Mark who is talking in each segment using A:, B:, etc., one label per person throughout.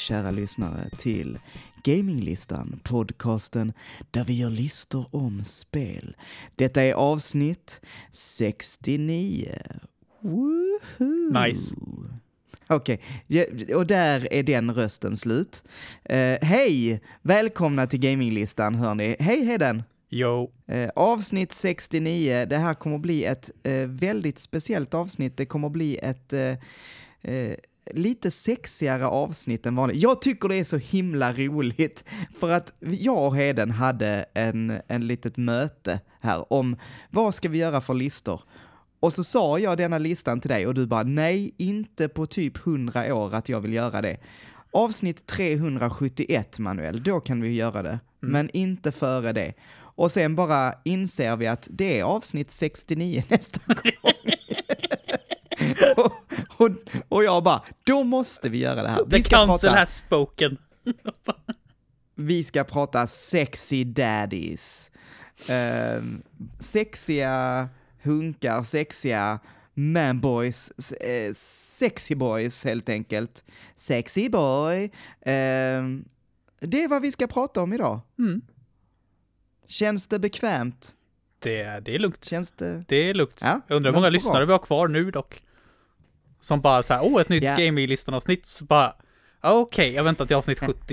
A: kära lyssnare till Gaminglistan, podcasten där vi gör listor om spel. Detta är avsnitt 69. Woohoo!
B: Nice.
A: Okej, och där är den rösten slut. Hej! Välkomna till Gaminglistan, hörni. Hej Heden!
B: Jo.
A: Avsnitt 69, det här kommer bli ett väldigt speciellt avsnitt. Det kommer bli ett lite sexigare avsnitt än vanligt. Jag tycker det är så himla roligt för att jag och Heden hade en litet möte här om vad ska vi göra för listor. Och så sa jag denna listan till dig och du bara nej, inte på typ 100 år att jag vill göra det. Avsnitt 371, Manuel, då kan vi göra det. Men inte före det. Och sen bara inser vi att det är avsnitt 69 nästa gång. och jag bara, då måste vi göra det här.
B: The council has spoken.
A: Vi ska prata sexy daddies. Sexiga hunkar, sexiga manboys, sexy boys helt enkelt. Sexy boy. Det är vad vi ska prata om idag. Känns det bekvämt?
B: Det är lugnt.
A: Känns det?
B: Det är lugnt.
A: Ja,
B: jag undrar hur många lyssnare vi har kvar nu dock. Som bara så här, ett nytt Gaming-listan-avsnitt. Så bara, okej, jag väntar till avsnitt 70.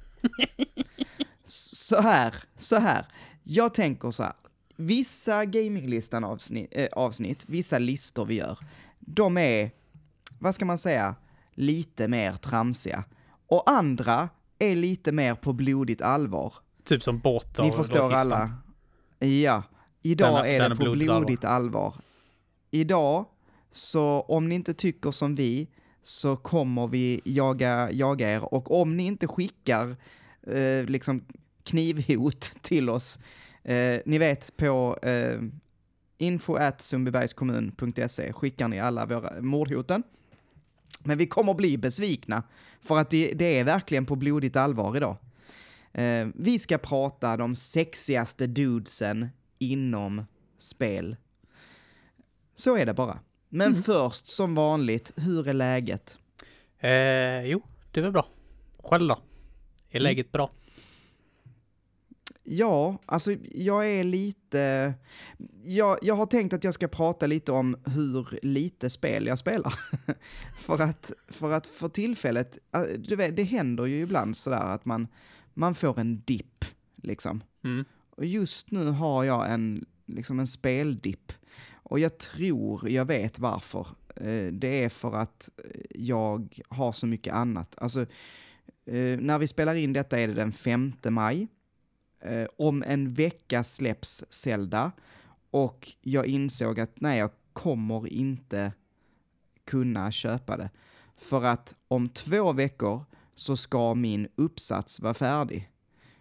A: Så här. Jag tänker så här. Vissa Gaming-listan-avsnitt, vissa listor vi gör, de är, vad ska man säga, lite mer tramsiga. Och andra är lite mer på blodigt allvar.
B: Typ som båtar.
A: Ni förstår alla. Ja, idag är det på blodigt allvar. Idag, så om ni inte tycker som vi, så kommer vi jaga er. Och om ni inte skickar liksom knivhot till oss, ni vet på info@sundbybergskommun.se skickar ni alla våra mordhoten. Men vi kommer bli besvikna, för att det är verkligen på blodigt allvar idag. Vi ska prata de sexigaste dudesen inom spel. Så är det bara. Men först, som vanligt, hur är läget?
B: Jo, det är väl bra. Själv då? Är läget bra? Ja, alltså
A: jag är lite... Jag har tänkt att jag ska prata lite om hur lite spel jag spelar. för att för tillfället, du vet, det händer ju ibland sådär att man får en dipp, liksom. Och just nu har jag en speldipp. Och jag vet varför. Det är för att jag har så mycket annat. Alltså, när vi spelar in detta är det den 5 maj. Om en vecka släpps Zelda. Och jag insåg att nej, jag kommer inte kunna köpa det. För att om 2 veckor så ska min uppsats vara färdig.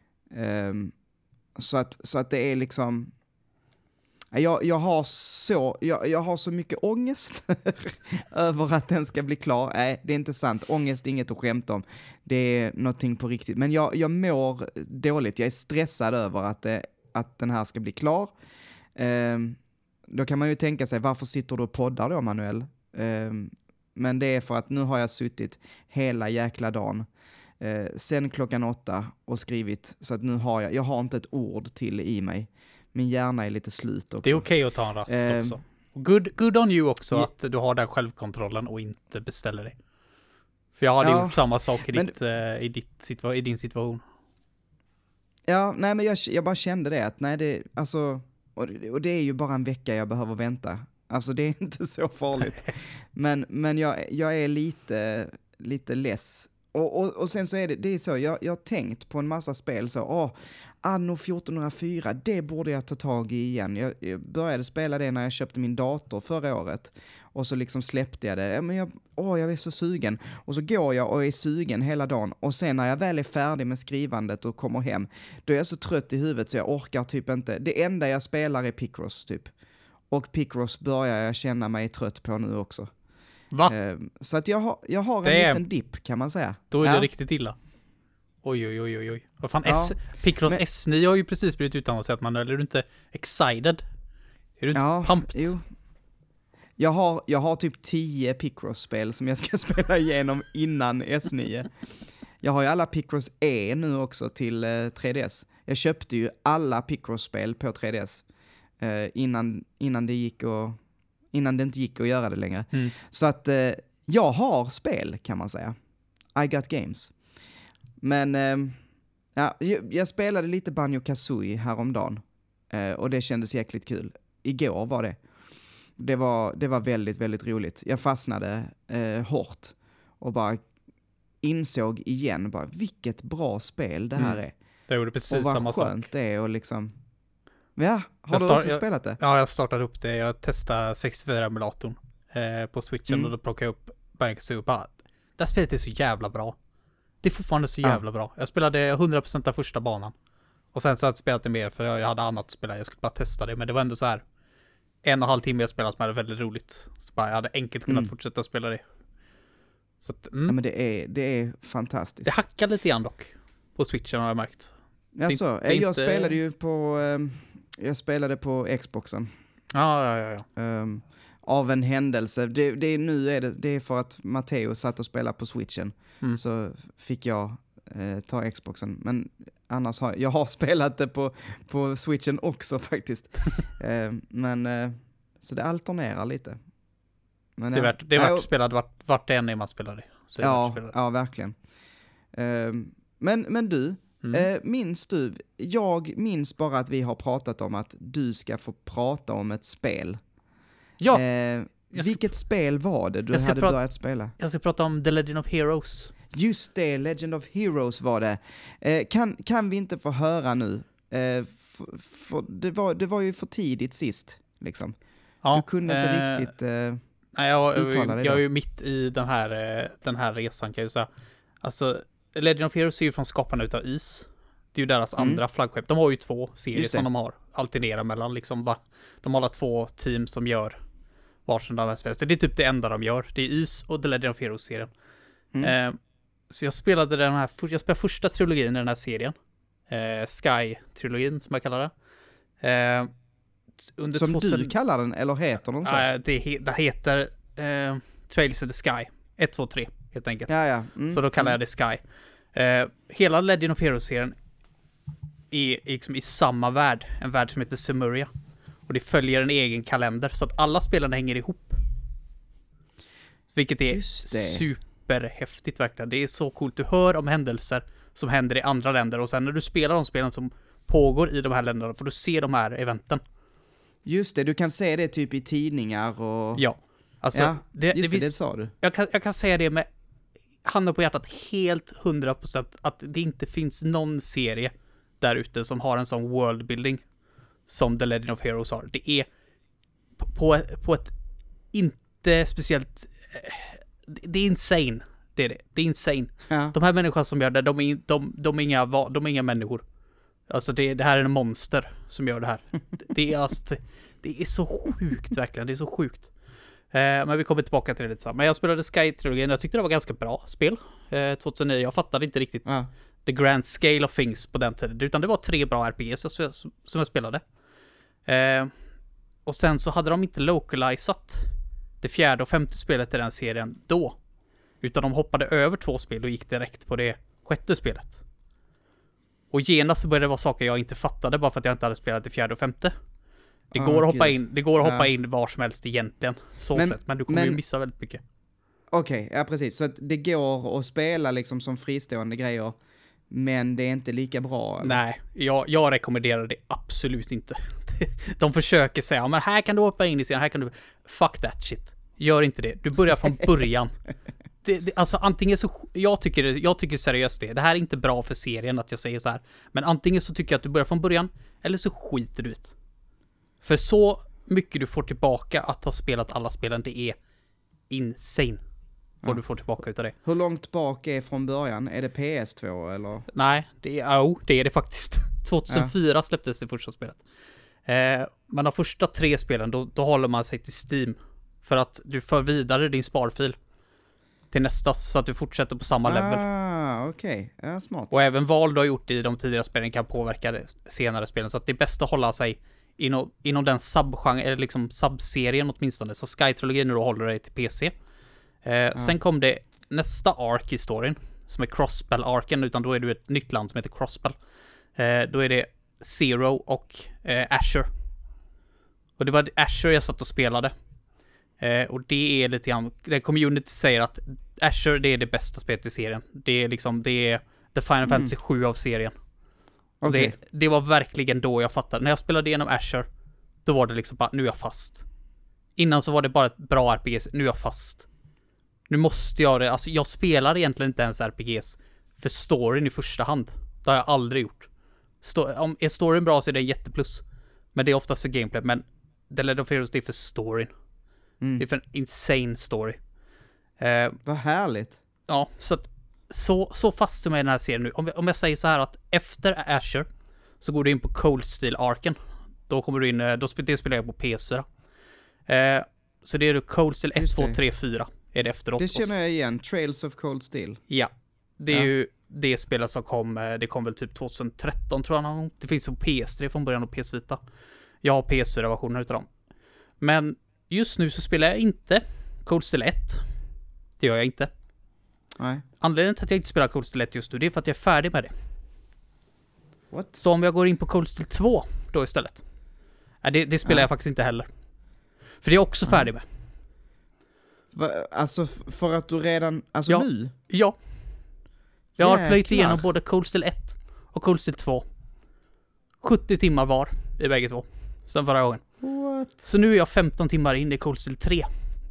A: Så att det är liksom... Jag har så mycket ångest över att den ska bli klar. Nej, det är inte sant. Ångest är inget att skämta om. Det är någonting på riktigt. Men jag mår dåligt. Jag är stressad över att den här ska bli klar. Då kan man ju tänka sig, varför sitter du och poddar då, Manuel? Men det är för att nu har jag suttit hela jäkla dagen. Sen klockan 8 och skrivit. Så att nu har jag har inte ett ord till i mig. Min hjärna är lite slut också.
B: Det är okej att ta en rast också. Good on you också att du har den självkontrollen och inte beställer det. För jag hade gjort samma sak i din situation.
A: Ja, nej, men jag bara kände det att nej, det, alltså, och det är ju bara en vecka jag behöver vänta. Alltså det är inte så farligt. men jag är lite less. Och sen så är det är så, jag har tänkt på en massa spel så, Anno 1404, det borde jag ta tag i igen. Jag började spela det när jag köpte min dator förra året. Och så liksom släppte jag det. Men jag är så sugen. Och så går jag och är sugen hela dagen. Och sen när jag väl är färdig med skrivandet och kommer hem, då är jag så trött i huvudet så jag orkar typ inte. Det enda jag spelar är Picross typ. Och Picross börjar jag känna mig trött på nu också.
B: Va?
A: Så att jag har en liten dipp, kan man säga.
B: Då är det riktigt illa. Oj. Vad fan, Picross S9 har ju precis blivit utannonserat, man. Eller är du inte excited? Är du inte pumped?
A: Jo. Jag har typ 10 Picross-spel som jag ska spela igenom innan S9. Jag har ju alla Picross E nu också till 3DS. Jag köpte ju alla Picross-spel på 3DS innan det inte gick att göra det längre. Så att jag har spel, kan man säga. I got games. Men jag spelade lite Banjo-Kazooie häromdagen. Och det kändes jäkligt kul. Igår var det. Det var väldigt, väldigt roligt. Jag fastnade hårt och bara insåg igen bara vilket bra spel det här är.
B: Jag gjorde precis samma sak.
A: Och vad skönt det är och liksom... Ja, har du också spelat det?
B: Ja, jag startade upp det. Jag testade 64-emulatorn på Switchen och då plockade jag upp Banjo-Kazooie och bara, det här spelet är så jävla bra. Det är fortfarande så jävla bra. Jag spelade 100% av första banan. Och sen så hade jag spelat det mer för jag hade annat att spela. Jag skulle bara testa det. Men det var ändå så här 1,5 timme jag spelade som hade väldigt roligt. Så bara, jag hade enkelt kunnat fortsätta spela det. Så att,
A: ja, men det är fantastiskt.
B: Det hackar lite grann dock. På Switchen har jag märkt.
A: Alltså, jag spelade ju på... jag spelade på Xboxen.
B: Ja.
A: Av en händelse. Det är för att Matteo satt och spelade på Switchen. Så fick jag ta Xboxen. Men annars jag har spelat det på Switchen också faktiskt. Så det alternerar lite. Men,
B: det är värt att spela vart det än är man spelar det. Så
A: ja, verkligen. Men du, minns du? Jag minns bara att vi har pratat om att du ska få prata om ett spel.
B: Ja.
A: Vilket spel var det du hade börjat spela?
B: Jag ska prata om The Legend of Heroes.
A: Just det, Legend of Heroes var det. Kan vi inte få höra nu? Det var ju för tidigt sist, liksom. Ja, du kunde inte riktigt uttala det.
B: Jag är ju mitt i den här resan, kan jag ju säga. Alltså, Legend of Heroes är ju från skaparna utav Is. Det är ju deras andra flaggskepp. De har ju 2 serier som de har alternerat mellan. Liksom, de har 2 team som gör varsin av de här spelen. Så det är typ det enda de gör. Det är Is och The Legend of Heroes-serien. Så jag spelade första trilogin i den här serien. Sky-trilogin, som jag kallar det.
A: Som du kallar den, eller heter den så?
B: Det heter Trails of the Sky. 1, 2, 3, helt enkelt. Så då kallar jag det Sky. Hela Legend of Heroes-serien är liksom i samma värld. En värld som heter Sumeria. Och det följer en egen kalender, så att alla spelarna hänger ihop. Vilket är superhäftigt verkligen. Det är så coolt. Du hör om händelser som händer i andra länder. Och sen när du spelar de spelen som pågår i de här länderna får du se de här eventen. Just det,
A: du kan se det typ i tidningar och...
B: Ja, alltså...
A: det sa du.
B: Jag kan säga det med handen på hjärtat helt 100% att det inte finns någon serie där ute som har en sån worldbuilding som The Legend of Heroes har. Det är på ett inte speciellt... Det är insane. Det är insane. Ja. De här människorna som gör det, de är inga människor. Alltså det här är en monster som gör det här. Det är så sjukt verkligen. Det är så sjukt. Men vi kommer tillbaka till det lite sen. Men jag spelade Sky-trilogin. Jag tyckte det var ganska bra spel. 2009. Jag fattade inte riktigt the grand scale of things på den tiden. Utan det var 3 bra RPGs som jag spelade. Och sen så hade de inte localizat det 4:e och 5:e spelet i den serien då. Utan de hoppade över 2 spel och gick direkt på det 6:e spelet. Och genast så började det vara saker jag inte fattade bara för att jag inte hade spelat det 4:e och 5:e. Det går att hoppa in var som helst egentligen. Men du kommer ju missa väldigt mycket.
A: Okej, ja precis. Så att det går att spela liksom som fristående grejer, men det är inte lika bra. Eller?
B: Nej, jag rekommenderar det absolut inte. De försöker säga, men här kan du hoppa in i scenen, här kan du... Fuck that shit. Gör inte det. Du börjar från början. Alltså antingen så... Jag tycker seriöst det. Det här är inte bra för serien att jag säger så här. Men antingen så tycker jag att du börjar från början, eller så skiter du ut. För så mycket du får tillbaka att ha spelat alla spelen, det är insane. Vad du får tillbaka utav det.
A: Hur långt bak är från början? Är det PS2 eller?
B: Nej, det är det faktiskt. 2004 släpptes det första spelet. Men de första 3 spelen, då håller man sig till Steam. För att du för vidare din sparfil till nästa, så att du fortsätter på samma level.
A: Okej. Ja, smart.
B: Och även val du har gjort i de tidigare spelen kan påverka det senare spelen. Så att det är bäst att hålla sig inom den subgenre, eller liksom subserien åtminstone. Så Sky-trilogin nu då håller dig till PC. Sen kom det nästa arc i storyn, som är Crossbell-arken, utan då är det ett nytt land som heter Crossbell. Då är det Zero och Asher. Och det var Asher jag satt och spelade. Och det är lite grann, det community säger att Asher, det är det bästa spelet i serien. Det är liksom, det är The Final Fantasy 7 av serien.
A: Okay.
B: Det var verkligen då jag fattade. När jag spelade igenom Asher, då var det liksom bara, nu är jag fast. Innan så var det bara ett bra RPG, nu är jag fast. Nu måste jag det. Alltså jag spelar egentligen inte ens RPGs för storyn i första hand. Det har jag aldrig gjort. Om är storyn bra så är det en jätteplus. Men det är oftast för gameplay. Men The Legend of Heroes, det är för storyn. Det är för en insane story.
A: Vad härligt.
B: Ja, så fast som jag i den här serien nu. Om jag säger så här att efter Asher så går du in på Cold Steel-arken. Då kommer du in, det spelar jag på PS4. Så det är då Cold Steel 1, 2, 3, 4 är det efteråt.
A: Det känner jag igen, Trails of Cold Steel.
B: Ja, det är ju det spelet som det kom väl typ 2013 tror jag. Det finns på PS3 från början och PS Vita. Jag har PS4-versioner utav dem. Men just nu så spelar jag inte Cold Steel 1. Det gör jag inte.
A: Nej.
B: Anledningen till att jag inte spelar Cold Steel 1 just nu, det är för att jag är färdig med det.
A: What?
B: Så om jag går in på Cold Steel 2 då istället. Det spelar jag faktiskt inte heller. För det är jag också färdig med.
A: Alltså för att du redan, alltså nu?
B: Ja. Jag har plöjt igenom både Cold Steel 1 och Cold Steel 2. 70 timmar var i bägge två. Sen förra gången.
A: What?
B: Så nu är jag 15 timmar in i Cold Steel 3.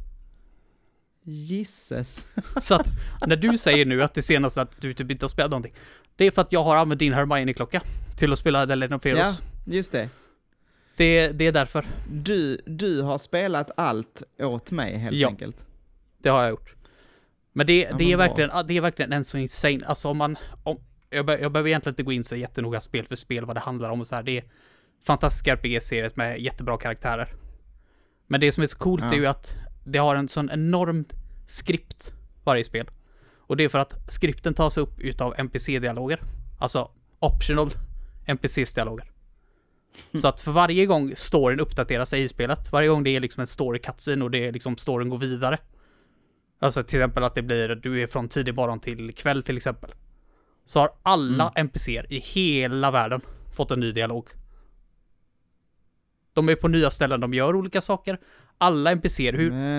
A: Jesus.
B: Så att när du säger nu att det senaste att du typ inte har spelat någonting, det är för att jag har använt din Hermione-klocka till att spela The Legend of Heroes.
A: Ja, just det.
B: Det är därför.
A: Du har spelat allt åt mig helt enkelt.
B: Det har jag gjort. Men det är verkligen en så insane. Alltså jag behöver egentligen inte gå in så jättenoga spel för spel vad det handlar om och så här. Det är fantastiska RPG-serier med jättebra karaktärer. Men det som är så coolt är ju att det har en sån enorm skript varje spel. Och det är för att skripten tas upp utav NPC-dialoger. Alltså optional NPC-dialoger. Så att för varje gång storyn uppdaterar sig i spelet, varje gång det är liksom en story cutscene och det är liksom storyn går vidare. Alltså till exempel att det blir, du är från tidig morgon till kväll till exempel. Så har alla NPCer i hela världen fått en ny dialog. De är på nya ställen, de gör olika saker. Alla NPCer,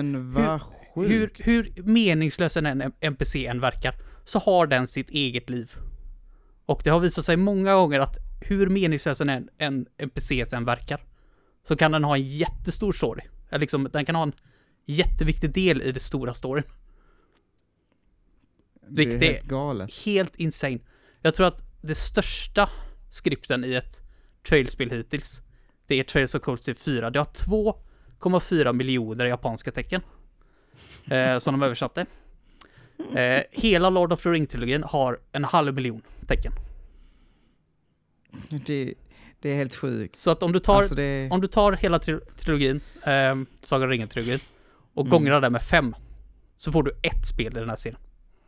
B: hur meningslös en NPC än verkar, så har den sitt eget liv. Och det har visat sig många gånger att hur meningslös en NPC än verkar, så kan den ha en jättestor story. Eller liksom, den kan ha en jätteviktig del i det stora storyn.
A: Det är helt galet.
B: Helt insane. Jag tror att det största skripten i ett trailspel hittills, det är Trails of Cold Steel 4. Det har 2,4 miljoner japanska tecken. Som de översatte. Hela Lord of the Ring-trilogin har 500 000 tecken.
A: Det är helt sjukt.
B: Så att om du tar hela trilogin, Sagan om ringen-trilogin, och gångrar det med 5, så får du ett spel i den här serien.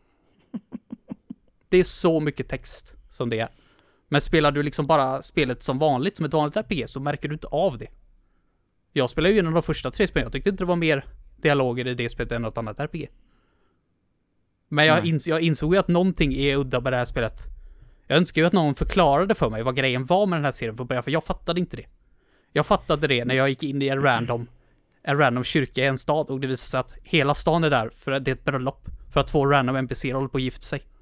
B: Det är så mycket text som det är. Men spelar du liksom bara spelet som vanligt, som ett vanligt RPG, så märker du inte av det. Jag spelade ju genom de första 3 spelen. Jag tyckte inte det var mer dialoger i det spelet än något annat RPG. Men jag insåg ju att någonting är udda med det här spelet. Jag önskar ju att någon förklarade för mig vad grejen var med den här serien från början, för jag fattade inte det. Jag fattade det när jag gick in i en random kyrka i en stad, och det visade sig att hela stan är där för att det är ett bröllop, för att 2 random NPCer håller på att gifta sig.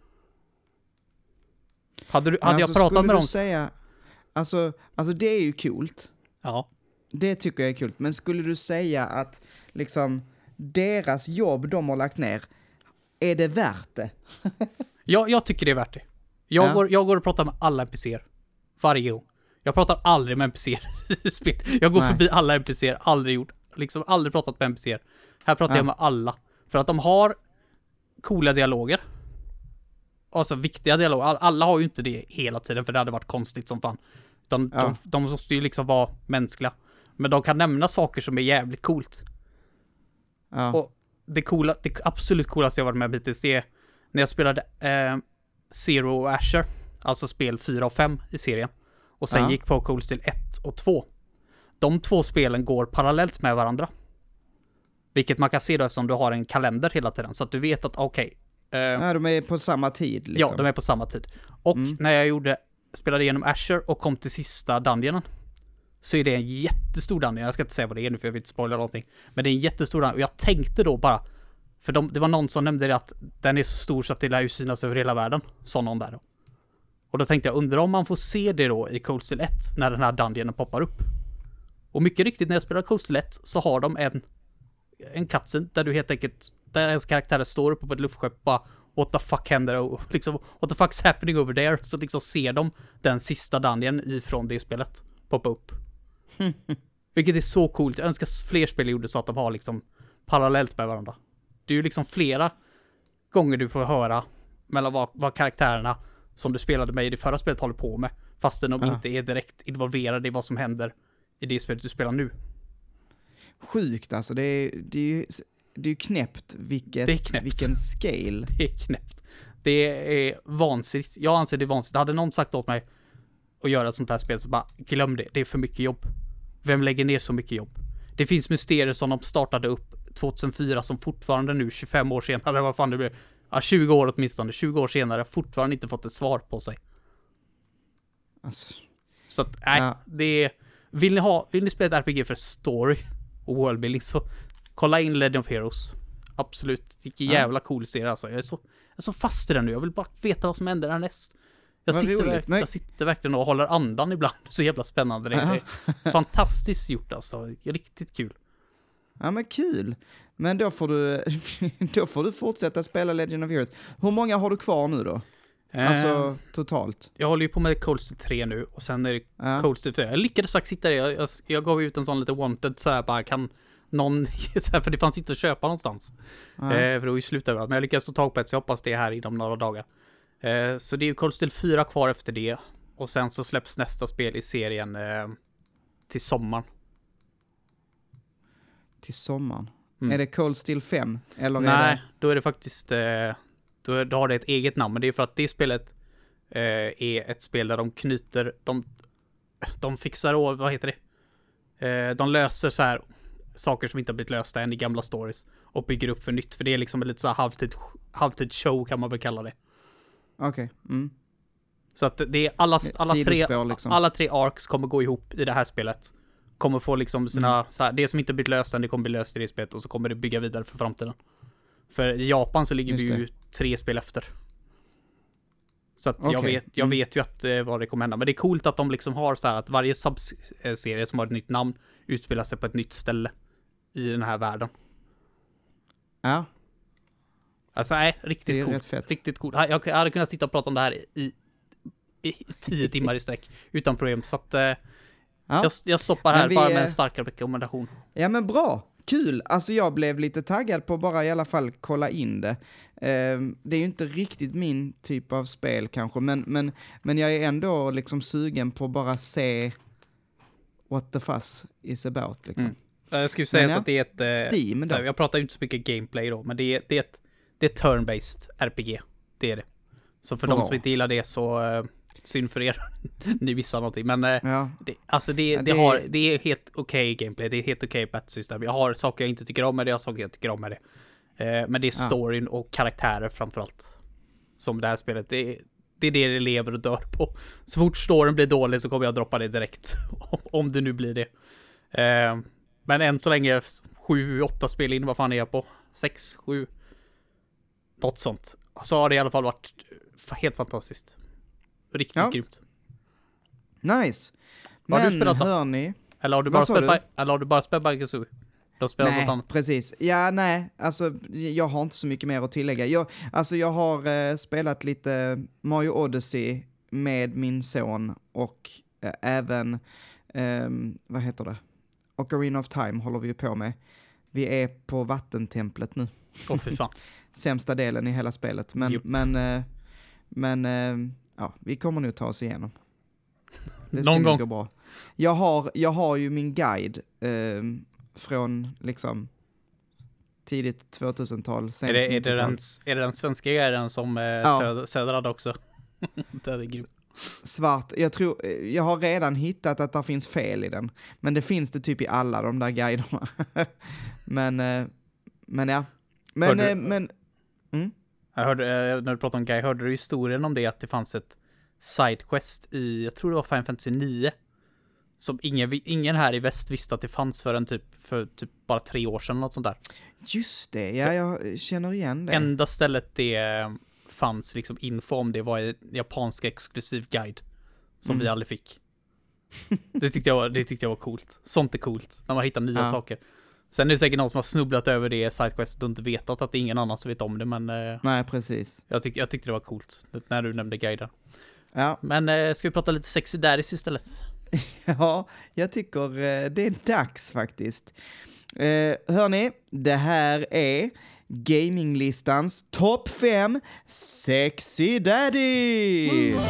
B: Hade jag pratat med dem?
A: Säga, alltså det är ju coolt.
B: Ja.
A: Det tycker jag är kul. Men skulle du säga att liksom deras jobb de har lagt ner, är det värt det?
B: Jag tycker det är värt det. Jag går och pratar med alla NPCer varje gång. Jag pratar aldrig med NPCer i spel. Jag går förbi alla NPCer, aldrig pratat med NPCer. Här pratar jag med alla. För att de har coola dialoger. Alltså viktiga dialoger. Alla har ju inte det hela tiden, för det hade varit konstigt som fan. De måste ju liksom vara mänskliga. Men de kan nämna saker som är jävligt coolt. Ja. Och det absolut coolaste jag varit med hittills, det är när jag spelade Zero och Asher, alltså spel 4 och 5 i serien, och sen gick på Cold Steel 1 och 2. De 2 spelen går parallellt med varandra. Vilket man kan se då eftersom du har en kalender hela tiden, så att du vet att okej,
A: Ja, de är på samma tid liksom.
B: Ja, de är på samma tid. Och när jag spelade igenom Asher och kom till sista dungeonen, så är det en jättestor dungeon. Jag ska inte säga vad det är nu för jag vill inte spoila någonting. Men det är en jättestor dungeon. Och jag tänkte då bara, för det var någon som nämnde det att den är så stor så att det lär ju synas över hela världen. Sa någon där då. Och då tänkte jag, undrar om man får se det då i Cold Steel 1 när den här dungeonen poppar upp. Och mycket riktigt, när jag spelar Cold Steel 1 så har de en cutscene där du helt enkelt, där ens karaktärer står uppe på ett luftskepp bara, what the fuck händer och liksom, what the fuck's happening over there? Så liksom ser de den sista dungeon ifrån det spelet poppa upp. Vilket är så coolt. Jag önskar fler spel gjorde så att de har liksom parallellt med varandra. Det är ju liksom flera gånger du får höra mellan vad karaktärerna som du spelade med i det förra spelet håller på med, fastän de inte är direkt involverade i vad som händer i det spelet du spelar nu.
A: Sjukt alltså, det är ju knäppt vilken scale.
B: Det är knäppt. Det är vansinnigt. Jag anser det är vansinnigt. Hade någon sagt åt mig att göra ett sånt här spel så bara, glöm det. Det är för mycket jobb. Vem lägger ner så mycket jobb? Det finns mysterier som de startade upp 2004 som fortfarande nu, 25 år senare, vad fan det blir, 20 år åtminstone, 20 år senare, fortfarande inte fått ett svar på sig.
A: Alltså,
B: så att, nej, det är... Vill ni spela ett RPG för story och worldbuilding, så kolla in Legend of Heroes. Absolut. Vilken jävla cool serie alltså. Jag är så fast i den nu. Jag vill bara veta vad som händer härnäst. Jag sitter verkligen och håller andan ibland. Så jävla spännande. Det är fantastiskt gjort alltså. Riktigt kul.
A: Ja, men kul. Men då får du fortsätta spela Legend of Heroes. Hur många har du kvar nu då? Alltså totalt.
B: Jag håller ju på med Cold Steel 3 nu. Och sen är det Cold Steel 4. Jag lyckades faktiskt hitta det. Jag gav ut en sån lite wanted så här, bara kan någon, för det fanns inte att köpa någonstans. För det var ju slut överallt. Men jag lyckades få tag på ett, så jag hoppas det är här inom några dagar. Så det är ju Cold Steel 4 kvar efter det. Och sen så släpps nästa spel i serien till sommaren.
A: Till sommaren? Är det Cold Steel 5? Eller
B: nej,
A: är det...
B: då är det faktiskt... då har det ett eget namn. Men det är för att det spelet är ett spel där de knyter... De fixar... Vad heter det? De löser så här saker som inte har blivit lösta än i gamla stories. Och bygger upp för nytt. För det är liksom lite så här halvtid show kan man väl kalla det.
A: Okej. Mm.
B: Så att det är alla tre arcs kommer gå ihop i det här spelet. Kommer få liksom sina så här, det som inte blivit löst än, det kommer bli löst i det spelet. Och så kommer det bygga vidare för framtiden. För i Japan så ligger vi ju 3 spel efter. Så att jag vet ju att vad det kommer hända. Men det är coolt att de liksom har så här att varje subserie som har ett nytt namn utspelar sig på ett nytt ställe i den här världen.
A: Ja.
B: Alltså nej, riktigt coolt. Riktigt coolt. Jag hade kunnat sitta och prata om det här i 10 timmar i sträck utan problem. Så att jag stoppar här bara med en starkare rekommendation. Ja, men bra.
A: Kul. Alltså jag blev lite taggad på bara i alla fall kolla in det. Det är ju inte riktigt min typ av spel kanske, men jag är ändå liksom sugen på bara se what the fuss is about liksom.
B: Jag skulle säga så att det är ett
A: Steam då.
B: Jag pratar ju inte så mycket gameplay då, men det är ett turn-based RPG. Det är det. Så för de som inte gillar det så synd för er. Ni missar någonting. Men det är helt okej gameplay. Det är helt okej battle-system. Jag har saker jag inte tycker om med det. Jag har saker jag tycker om med det. Men det är storyn och karaktärer framförallt. Som det här spelet. Det är det lever och dör på. Så fort storyn blir dålig så kommer jag droppa det direkt. Om det nu blir det. Men än så länge 7-8 spel in. Vad fan är jag på? 6-7. Något sånt. Så har det i alla fall varit helt fantastiskt. Riktigt grymt.
A: Nice.
B: Men har du spelat
A: hörni...
B: Eller har du bara spelat Banjo-Kazooie?
A: Nej, precis. Ja, nej. Alltså, jag har inte så mycket mer att tillägga. Jag har spelat lite Mario Odyssey med min son och även, vad heter det? Ocarina of Time håller vi ju på med. Vi är på vattentemplet nu.
B: Åh, fy fan.
A: Sämsta delen i hela spelet. Men vi kommer nog ta oss igenom. Det ska nog gå bra. Jag har ju min guide från liksom tidigt 2000-tal.
B: Är det den svenska guiden som Söder hade också? Det är grymt.
A: Svart. Jag har redan hittat att det finns fel i den. Men det finns det typ i alla de där guiderna. men ja.
B: Jag hörde, när du pratade om Guy, hörde du historien om det att det fanns ett sidequest i, jag tror det var Final Fantasy 9, som ingen här i väst visste att det fanns för typ bara 3 år sedan, något sånt där.
A: Just det, ja, jag känner igen det.
B: Enda stället det fanns liksom info om det var en japansk exklusiv guide som vi aldrig fick. Det tyckte jag var coolt. Sånt är coolt, när man hittar nya saker. Sen är det säkert någon som har snubblat över det sidequest och inte vetat att det är ingen annan som vet om det, men
A: nej, precis.
B: Jag tyckte det var coolt när du nämnde guiden.
A: Ja.
B: Men ska vi prata lite sexy daddies istället?
A: Ja, jag tycker det är dags faktiskt. Hörni, det här är gaminglistans topp 5 sexy daddies.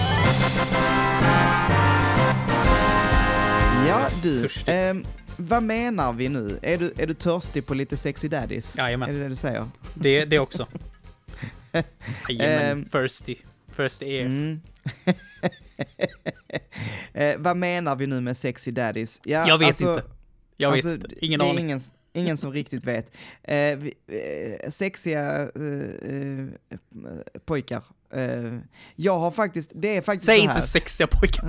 A: Ja, du. Vad menar vi nu? Är du törstig på lite sexy daddies?
B: Jajamän.
A: Är det du säger?
B: Det också. Jajamän, thirsty. Thirsty EF.
A: Vad menar vi nu med sexy daddies? Ja,
B: jag vet inte. Jag vet inte. Ingen aning.
A: Ingen som riktigt vet. Sexiga pojkar. Jag har faktiskt, det är faktiskt
B: Säg
A: så här.
B: inte sexiga pojkar.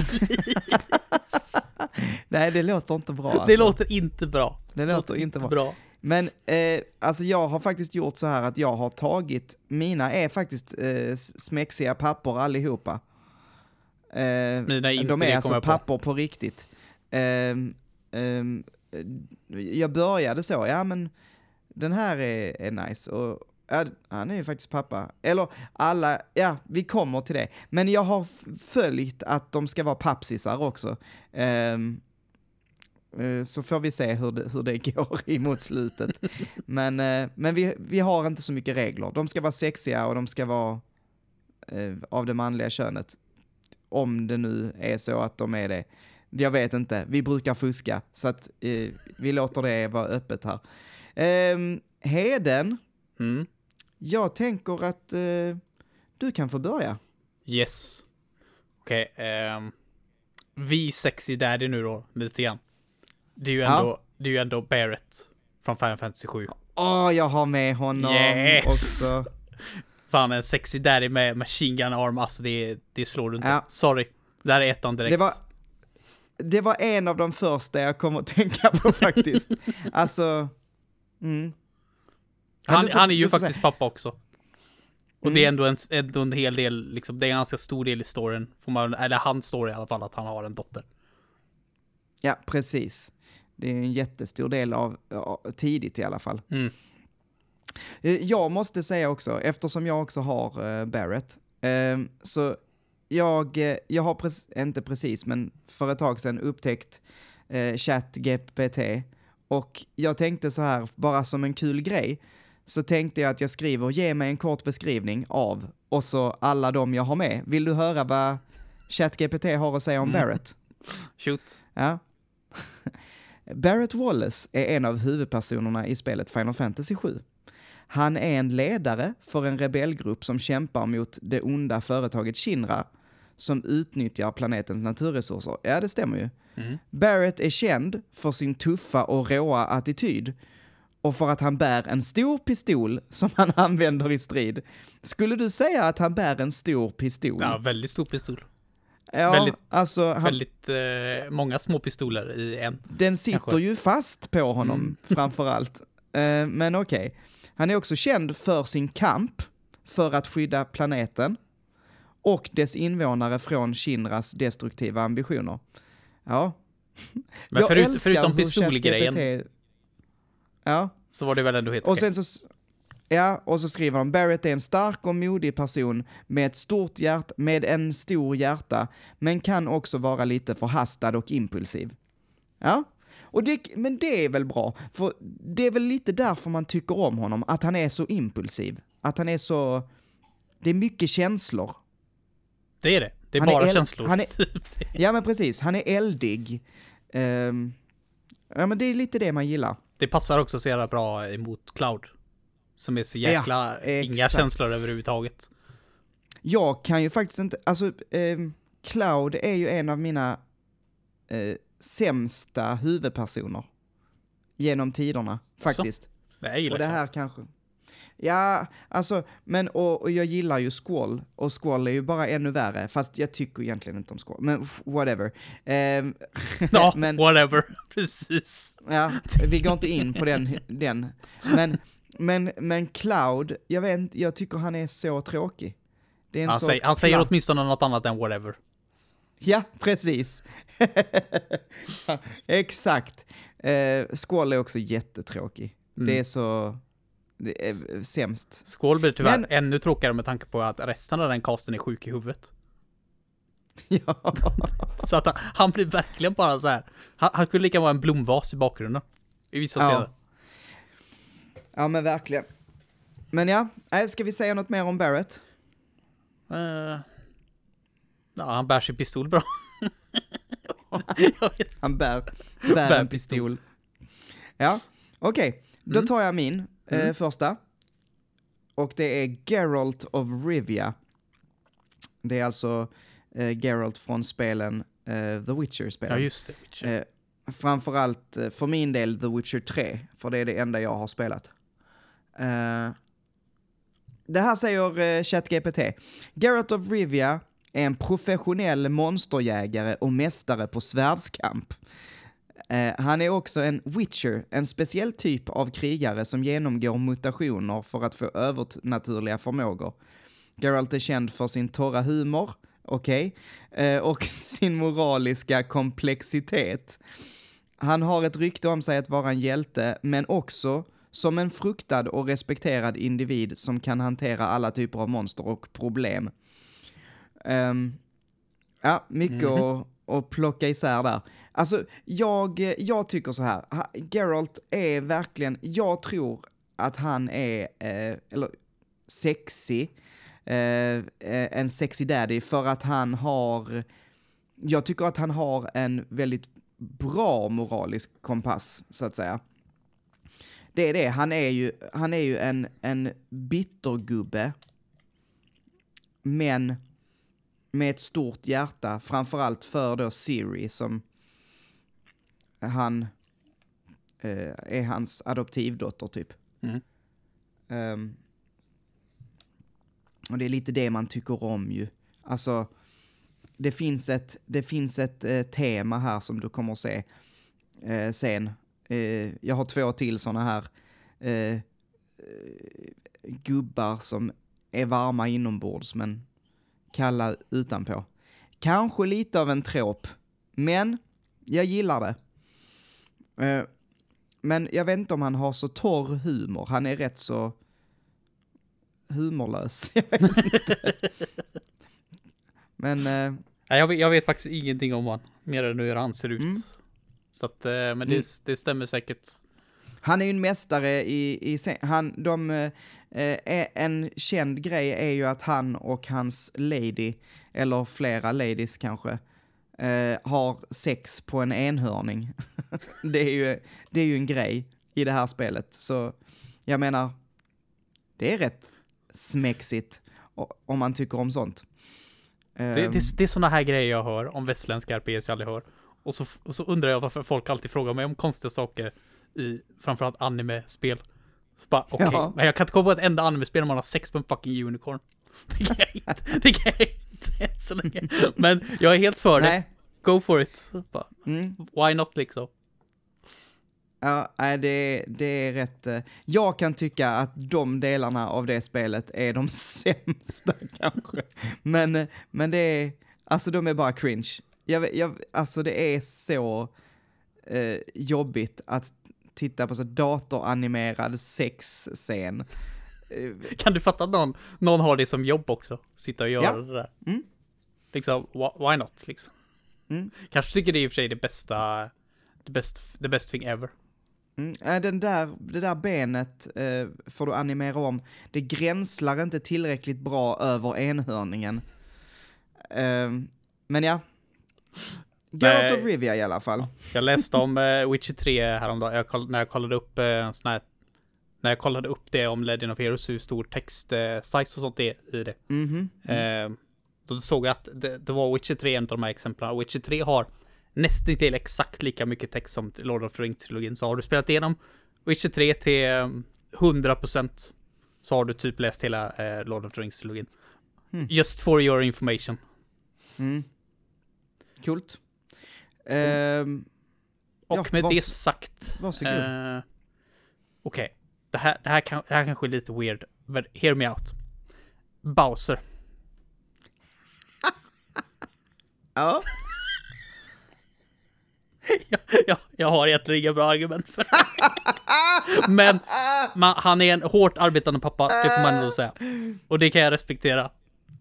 A: Nej, det låter inte bra. Alltså.
B: Det låter inte bra.
A: Det låter inte bra. Men alltså jag har faktiskt gjort så här att jag har tagit, mina är faktiskt smäxiga pappor allihopa. De är alltså pappor på riktigt. Jag började så, ja men den här är nice och han är ju faktiskt pappa. Eller alla, ja vi kommer till det. Men jag har följt att de ska vara pappsisar också. Så får vi se hur det går emot slutet. Men vi har inte så mycket regler. De ska vara sexiga och de ska vara av det manliga könet. Om det nu är så att de är det. Jag vet inte. Vi brukar fuska. Så att vi låter det vara öppet här. Heden. Jag tänker att du kan få börja.
B: Yes. Okej. Vi sexy daddy nu då, lite grann. Det är ju ändå Barrett från Final Fantasy 7.
A: Jag har med honom också.
B: Fan, en sexy daddy med machine gun arm, alltså det slår du inte. Ja. Sorry, det här är ettan direkt.
A: Det var en av de första jag kom att tänka på faktiskt. Alltså...
B: Han är ju faktiskt pappa också. Och det är ändå en hel del, liksom, det är en ganska stor del i storyn. Eller han står i alla fall att han har en dotter.
A: Ja, precis. Det är en jättestor del av tidigt i alla fall. Jag måste säga också, eftersom jag också har Barrett, så jag har inte precis, men för ett tag sedan upptäckt ChatGPT. Och jag tänkte så här, bara som en kul grej, så tänkte jag att jag skriver, ge mig en kort beskrivning av, och så alla de jag har med. Vill du höra vad ChatGPT har att säga om Barrett?
B: Shoot.
A: Ja. Barrett Wallace är en av huvudpersonerna i spelet Final Fantasy 7. Han är en ledare för en rebellgrupp som kämpar mot det onda företaget Shinra, som utnyttjar planetens naturresurser. Ja, det stämmer ju. Barrett är känd för sin tuffa och råa attityd och för att han bär en stor pistol som han använder i strid. Skulle du säga att han bär en stor pistol?
B: Ja, väldigt stor pistol.
A: Ja,
B: väldigt många små pistoler i en.
A: Den sitter kanske ju fast på honom framförallt. Men okej. Han är också känd för sin kamp för att skydda planeten och dess invånare från Shinras destruktiva ambitioner. Ja.
B: Men förutom pistolgrejen,
A: ja,
B: så var det väl ändå helt
A: och sen så, ja, och så skriver de: Barrett är en stark och modig person med en stor hjärta, men kan också vara lite förhastad och impulsiv. Ja. Men det är väl bra, för det är väl lite därför man tycker om honom, att han är så impulsiv. Att han är så... Det är mycket känslor.
B: Det är det. Det är bara känslor.
A: Ja, men precis. Han är eldig. Ja, men det är lite det man gillar.
B: Det passar också så jävla bra emot Cloud. Som är så jäkla... inga känslor överhuvudtaget. Jag kan ju faktiskt inte... Alltså, Cloud är ju en av mina... sämsta huvudpersoner genom tiderna, faktiskt. Jag gillar
A: och det här kanske... Ja, alltså, men och jag gillar ju Squall, och Squall är ju bara ännu värre, fast jag tycker egentligen inte om Squall, men whatever.
B: Ja,
A: men,
B: whatever, precis.
A: Ja, vi går inte in på den. Men Cloud, jag tycker han är så tråkig. Det är
B: Han säger åtminstone något annat än whatever.
A: Ja, precis. Exakt. Squall är också jättetråkig. Det är så... Det är sämst.
B: Squall blir tyvärr ännu tråkigare med tanke på att resten av den casten är sjuk i huvudet.
A: Ja.
B: Så att han blir verkligen bara så här. Han kunde lika vara en blomvas i bakgrunden. I vissa scener.
A: Ja, men verkligen. Men ja, ska vi säga något mer om Barrett?
B: Ja, han bär sin pistol bra.
A: Han bär en pistol. Ja, okej. Då tar jag min första. Och det är Geralt of Rivia. Det är alltså Geralt från spelen The Witcher-spelen.
B: Ja, just det. Witcher.
A: Framförallt för min del The Witcher 3, för det är det enda jag har spelat. Det här säger ChatGPT. Geralt of Rivia är en professionell monsterjägare och mästare på svärdskamp. Han är också en Witcher, en speciell typ av krigare som genomgår mutationer för att få övernaturliga förmågor. Geralt är känd för sin torra humor, och sin moraliska komplexitet. Han har ett rykte om sig att vara en hjälte, men också som en fruktad och respekterad individ som kan hantera alla typer av monster och problem. Ja, mycket att plocka isär där. Alltså, jag tycker så här. Geralt är verkligen, jag tror att han är, sexy. En sexy daddy för att jag tycker att han har en väldigt bra moralisk kompass, så att säga. Det är det, han är ju en bittergubbe, men med ett stort hjärta, framförallt för då Ciri, som han är hans adoptivdotter typ. Och det är lite det man tycker om ju. Alltså, det finns ett tema här som du kommer att se sen. Jag har 2 till såna här gubbar som är varma inombords men kalla utanpå. Kanske lite av en trop, men jag gillar det. Men jag vet inte om han har så torr humor. Han är rätt så humorlös. Jag vet inte. Men...
B: jag vet faktiskt ingenting om han. Mer än hur han ser ut. Så att, men det stämmer säkert.
A: Han är ju en mästare en känd grej är ju att han och hans lady, eller flera ladies kanske, har sex på en enhörning. Det är ju en grej i det här spelet. Så jag menar, det är rätt smäxigt om man tycker om sånt.
B: Det är såna här grejer jag hör om västländska RPGs jag aldrig hör. Och så undrar jag varför folk alltid frågar mig om konstiga saker i framförallt anime-spel. Så bara, okej, men jag kan inte komma på ett enda anime-spel om man har sex på en fucking unicorn. Det kan jag inte så länge. Men jag är helt för det. Go for it. Bara, why not liksom?
A: Ja, det är rätt... Jag kan tycka att de delarna av det spelet är de sämsta kanske. Men det är... Alltså de är bara cringe. Alltså det är så jobbigt att titta på så datoranimerad sexscen.
B: Kan du fatta att någon har det som jobb också? Sitta och göra det där. Liksom, why not? Liksom. Kanske tycker det är i och för sig the best thing ever.
A: Det där benet får du animera om. Det gränslar inte tillräckligt bra över enhörningen. Men ja. Geralt of Rivia i alla fall.
B: Jag läste om Witcher 3 häromdagen. När jag kollade upp när jag kollade upp det om Legend of Heroes, hur stor text-size och sånt är i det. Då såg jag att det var Witcher 3 en av de här exemplen. Witcher 3 har nästan till exakt lika mycket text som Lord of the Rings-trilogin. Så har du spelat igenom Witcher 3 till 100%, så har du typ läst hela Lord of the Rings-trilogin. Just for your information.
A: Coolt.
B: Och med det sagt...
A: Varsågod.
B: Okej. Det här kanske är lite weird. But hear me out. Bowser.
A: Ja.
B: Jag har egentligen inga bra argument för det. Men han är en hårt arbetande pappa, det får man nog säga. Och det kan jag respektera.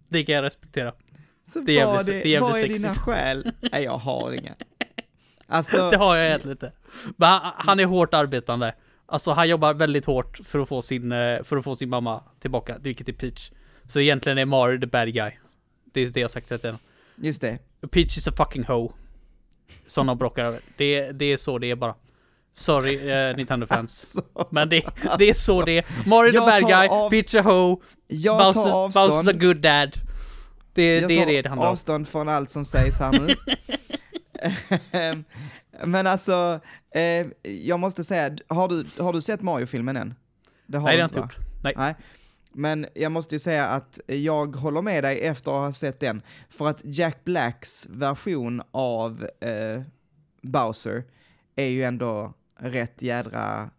A: Så
B: det är jävligt
A: vad är
B: sexigt.
A: dina skäl? Nej, jag har inga. Alltså...
B: Det har jag egentligen inte. Men han är hårt arbetande. Alltså han jobbar väldigt hårt för att få sin mamma tillbaka, vilket är Peach. Så egentligen är Mario the bad guy. Det är det jag sagt till den.
A: Just det.
B: Peach is a fucking hoe. Som de bråkar över. Det är så det är bara. Sorry Nintendo-fans.
A: Alltså,
B: men det är så det är. Mario the bad guy, Peach a hoe, Bowser's a good dad. Det är det handlar om.
A: Avstånd från allt som sägs här nu. Men alltså, jag måste säga, har du sett Mario-filmen än? Det har
B: Nej, det har
A: inte
B: jag inte gjort. Nej.
A: Men jag måste ju säga att jag håller med dig efter att ha sett den. För att Jack Blacks version av Bowser är ju ändå rätt jädra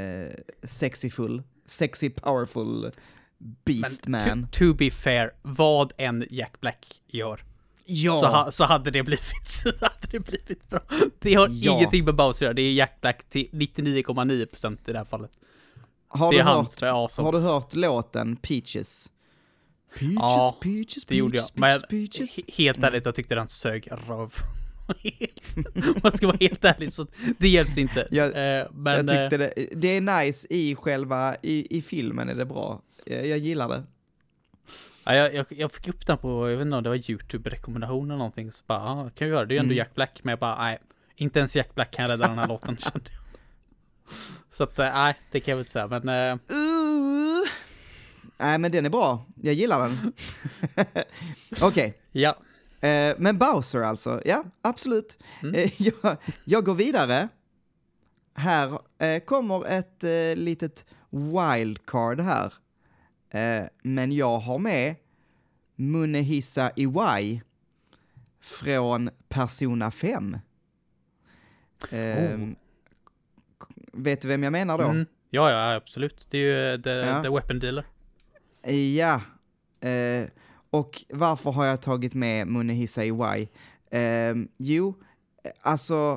A: sexy powerful beast man.
B: To be fair, vad en Jack Black gör.
A: Ja.
B: Så hade det blivit bra. Det har ingenting med Bowser att göra. Det är Jack Black till 99,9% i det här fallet.
A: Har du hört låten Peaches? Peaches,
B: det gjorde jag. Men helt ärligt, jag tyckte den sög röv. Man ska vara helt ärlig, så det hjälpte inte.
A: Jag tyckte det är nice i själva, i filmen är det bra. Jag gillar det.
B: Ja, jag fick upp den på, jag vet inte om det var YouTube-rekommendation eller någonting, så bara, kan vi göra det? Det är ju ändå Jack Black, men jag bara, nej, inte ens Jack Black kan rädda den här låten, kände jag. Så att, nej, det kan jag väl inte säga, men...
A: Nej, men den är bra. Jag gillar den. Okej.
B: Ja.
A: Men Bowser alltså, ja, absolut. Jag går vidare. Här kommer ett litet wildcard här. Men jag har med Munehisa Iwai från Persona 5. Vet du vem jag menar då?
B: Ja, absolut. Det är ju the weapon dealer.
A: Ja. Och varför har jag tagit med Munehisa Iwai? Jo, alltså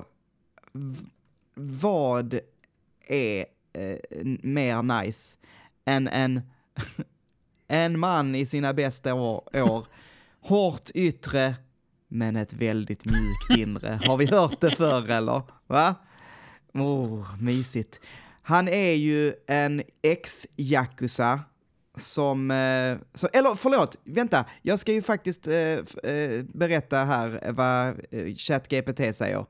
A: vad är mer nice än en man i sina bästa år, hårt yttre men ett väldigt mjukt inre. Har vi hört det förr eller? Va? Mysigt. Han är ju en ex-yakuza eller förlåt, vänta. Jag ska ju faktiskt berätta här vad ChatGPT säger.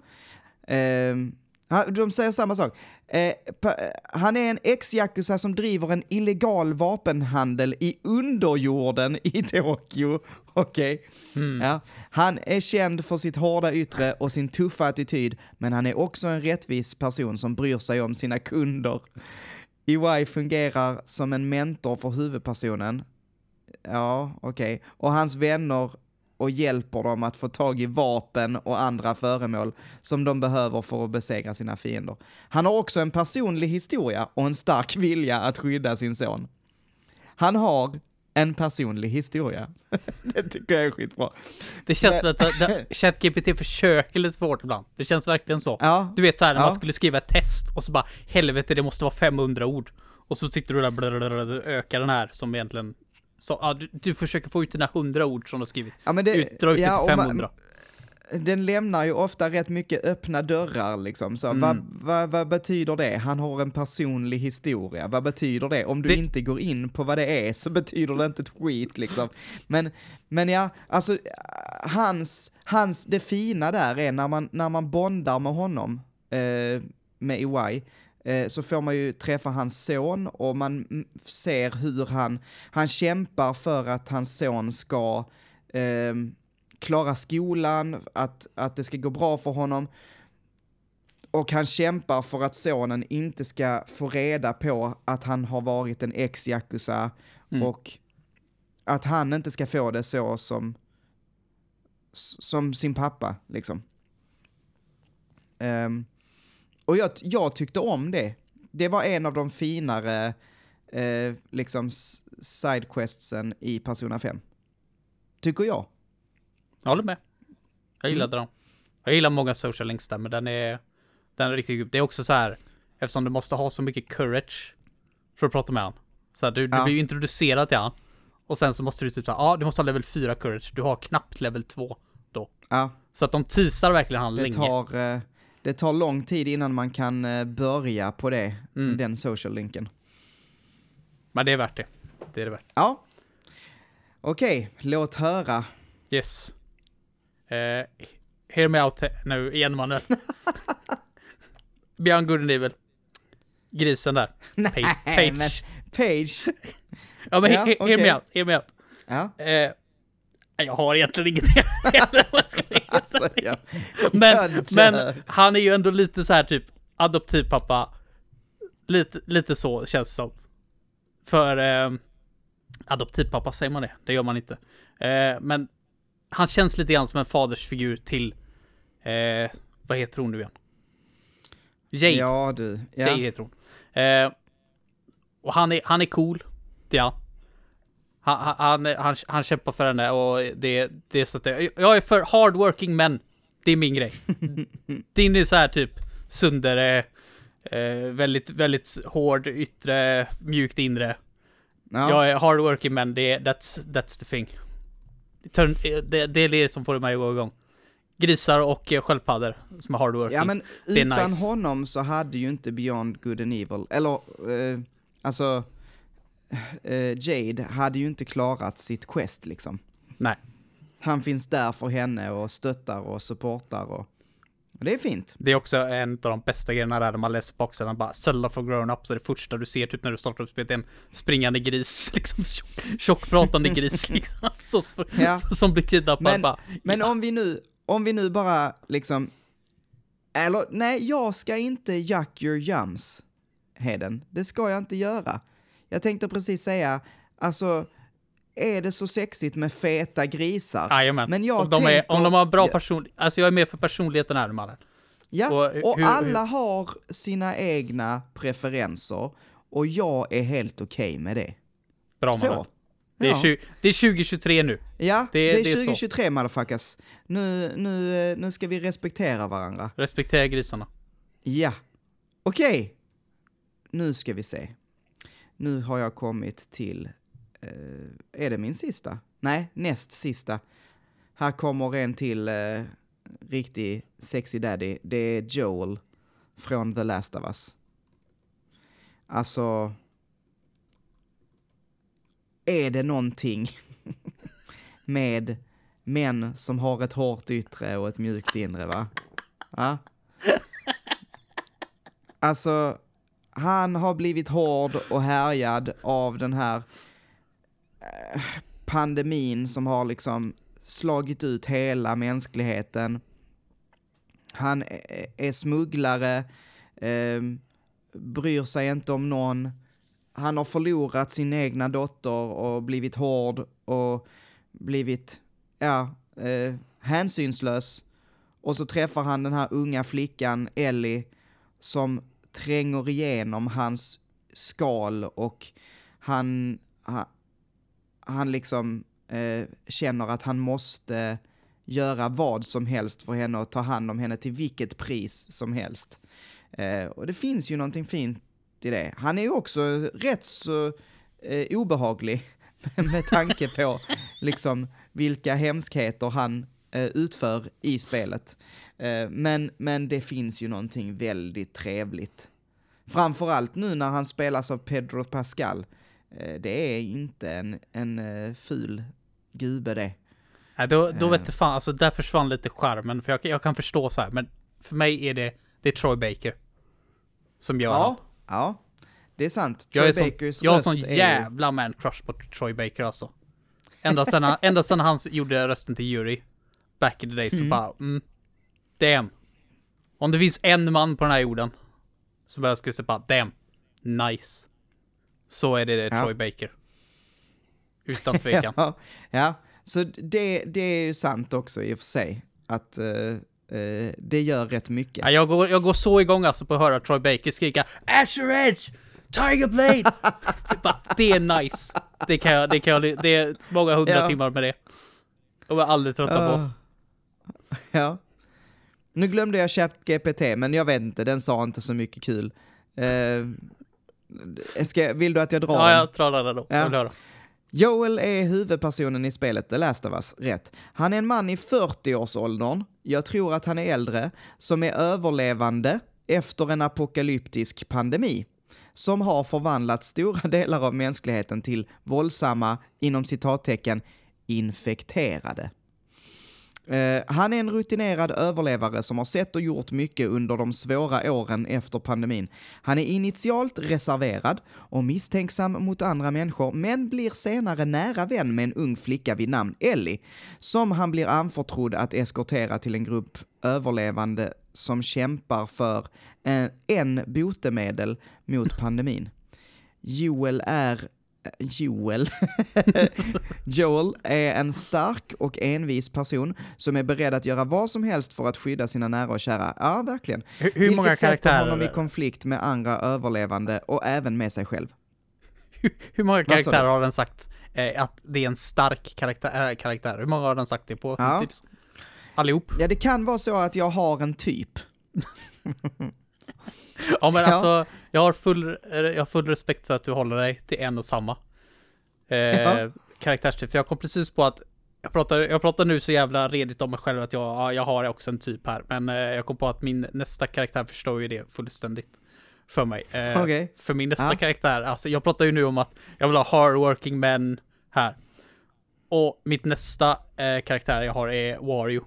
A: De säger samma sak. Han är en ex-yakuza som driver en illegal vapenhandel i underjorden i Tokyo. Okej. Ja. Han är känd för sitt hårda yttre och sin tuffa attityd, men han är också en rättvis person som bryr sig om sina kunder. Iwai fungerar som en mentor för huvudpersonen. Ja, okej. Och hans vänner och hjälper dem att få tag i vapen och andra föremål som de behöver för att besegra sina fiender. Han har också en personlig historia och en stark vilja att skydda sin son. Han har en personlig historia. Det tycker jag är skitbra.
B: Det känns som att ChatGPT försöker lite för hårt ibland. Det känns verkligen så.
A: Ja.
B: Du vet så här när man skulle skriva ett test och så bara, helvete, det måste vara 500 ord. Och så sitter du där och ökar den här som egentligen... Så, du försöker få ut dina 100 ord som du har skrivit.
A: Ja, men
B: dra ut det till 500.
A: Den lämnar ju ofta rätt mycket öppna dörrar liksom. Så vad betyder det? Han har en personlig historia. Vad betyder det? Om du inte går in på vad det är så betyder det inte ett skit liksom. Men ja, alltså det fina där är när man bondar med honom, med Iwai, så får man ju träffa hans son och man ser hur han kämpar för att hans son ska klara skolan, att det ska gå bra för honom. Och han kämpar för att sonen inte ska få reda på att han har varit en ex-yakuza och att han inte ska få det så som sin pappa, liksom. Och jag tyckte om det. Det var en av de finare liksom sidequestsen i Persona 5. Tycker jag.
B: Jag håller med. Jag gillade dem. Jag gillar många social links där, men den är riktigt grym. Det är också så här, eftersom du måste ha så mycket courage för att prata med han. Så här, du blir ju introducerad till han. Och sen så måste du typ säga, du måste ha level 4 courage. Du har knappt level 2 då.
A: Ja.
B: Så att de teasar verkligen han länge.
A: Det tar lång tid innan man kan börja på den social linken.
B: Men det är värt det. Det är det värt.
A: Ja. Okej, låt höra.
B: Yes. Hear me out nu igen, mannen. Beyond Good and Evil. Grisen där.
A: Nej,
B: Page.
A: Page.
B: Ja, men hear me out.
A: Ja.
B: Jag har egentligen ingenting.
A: Alltså, ja.
B: Men han är ju ändå lite så här typ adoptivpappa. Lite så känns det som. För adoptivpappa säger man det. Det gör man inte. Men han känns lite grann som en fadersfigur till vad heter hon nu igen? Jade.
A: Ja, du. Ja.
B: Jade heter hon. Och han är cool. Ja. Han kämpar för henne och det är så att jag är för hardworking men det är min grej. Din är så här typ sundare, väldigt väldigt hård yttre, mjukt inre. Ja. Jag är hardworking men that's the thing. Det är det som får mig att gå igång. Grisar och sköldpaddor som är hardworking.
A: Ja, men utan
B: nice.
A: honom så hade ju inte Beyond Good and Evil, eller Jade hade ju inte klarat sitt quest liksom.
B: Nej.
A: Han finns där för henne och stöttar och supportar och det är fint.
B: Det är också en av de bästa grejerna där man läser boxarna bara Zelda for grown-up, så det första du ser typ när du startar upp spelet är en springande gris liksom, tjockpratande gris liksom, som blir kidnappad.
A: Men om vi nu bara liksom, eller nej, jag ska inte jack your jumps, Heden. Det ska jag inte göra. Jag tänkte precis säga, alltså, är det så sexigt med feta grisar?
B: Jajamän.
A: Men
B: om de har bra alltså jag är med för personligheten här, mannen.
A: Ja, och alla har sina egna preferenser och jag är helt okej med det.
B: Bra, mannen. Det är 2023 nu.
A: Ja, det är 2023 så. Motherfuckers. Nu ska vi respektera varandra.
B: Respektera grisarna.
A: Ja. Okej. Nu ska vi se. Nu har jag kommit till... är det min sista? Nej, näst sista. Här kommer en till riktig sexy daddy. Det är Joel från The Last of Us. Alltså... Är det någonting med män som har ett hårt yttre och ett mjukt inre, va? Ja. Alltså... Han har blivit hård och härjad av den här pandemin som har liksom slagit ut hela mänskligheten. Han är smugglare, bryr sig inte om någon. Han har förlorat sin egna dotter och blivit hård och blivit hänsynslös. Och så träffar han den här unga flickan Ellie som tränger igenom hans skal och han liksom känner att han måste göra vad som helst för henne och ta hand om henne till vilket pris som helst. Och det finns ju någonting fint i det. Han är ju också rätt så obehaglig med tanke på liksom vilka hemskheter han utför i spelet. Men det finns ju någonting väldigt trevligt. Framförallt nu när han spelas av Pedro Pascal. Det är inte en ful gube det.
B: Nej, då vet du fan, alltså där försvann lite charmen. För jag kan förstå så här, men för mig är det är Troy Baker som gör han.
A: Ja, det är sant. Jag
B: har sån jävla man crush på Troy Baker alltså. Ända sedan han gjorde rösten till Yuri back in the day så bara, damn. Om det finns en man på den här jorden som jag skulle säga bara, damn, nice. Så är det Troy Baker. Utan tvekan.
A: Ja, så det är ju sant också i och för sig. Att det gör rätt mycket.
B: Ja, jag går så igång alltså på att höra Troy Baker skrika Azure Edge! Tiger Blade! Det är nice. Det är många 100 timmar med det. Och jag är aldrig trötta på.
A: Ja. Nu glömde jag ChatGPT, men jag vet inte, den sa inte så mycket kul. Vill du att jag drar den?
B: Ja, jag drar den då.
A: Ja. Joel är huvudpersonen i spelet The Last of Us, rätt. Han är en man i 40-årsåldern, jag tror att han är äldre, som är överlevande efter en apokalyptisk pandemi, som har förvandlat stora delar av mänskligheten till våldsamma, inom citattecken, infekterade. Han är en rutinerad överlevare som har sett och gjort mycket under de svåra åren efter pandemin. Han är initialt reserverad och misstänksam mot andra människor, men blir senare nära vän med en ung flicka vid namn Ellie, som han blir anförtrodd att eskortera till en grupp överlevande som kämpar för en botemedel mot pandemin. Joel är en stark och envis person som är beredd att göra vad som helst för att skydda sina nära och kära. Ja, verkligen.
B: Hur många karaktärer
A: sätter honom i konflikt med andra överlevande och även med sig själv.
B: Hur många karaktärer har den sagt att det är en stark karaktär? Hur många har den sagt det på?
A: Ja.
B: Allihop?
A: Ja, det kan vara så att jag har en typ.
B: Ja, men alltså, jag har full respekt för att du håller dig till en och samma karaktärstyp. För jag kom precis på att jag pratar nu så jävla redigt om mig själv att jag har också en typ här. Men jag kom på att min nästa karaktär förstår ju det fullständigt för mig.
A: Okay.
B: För min nästa karaktär, alltså jag pratar ju nu om att jag vill ha hardworking men här. Och mitt nästa karaktär jag har är Wario.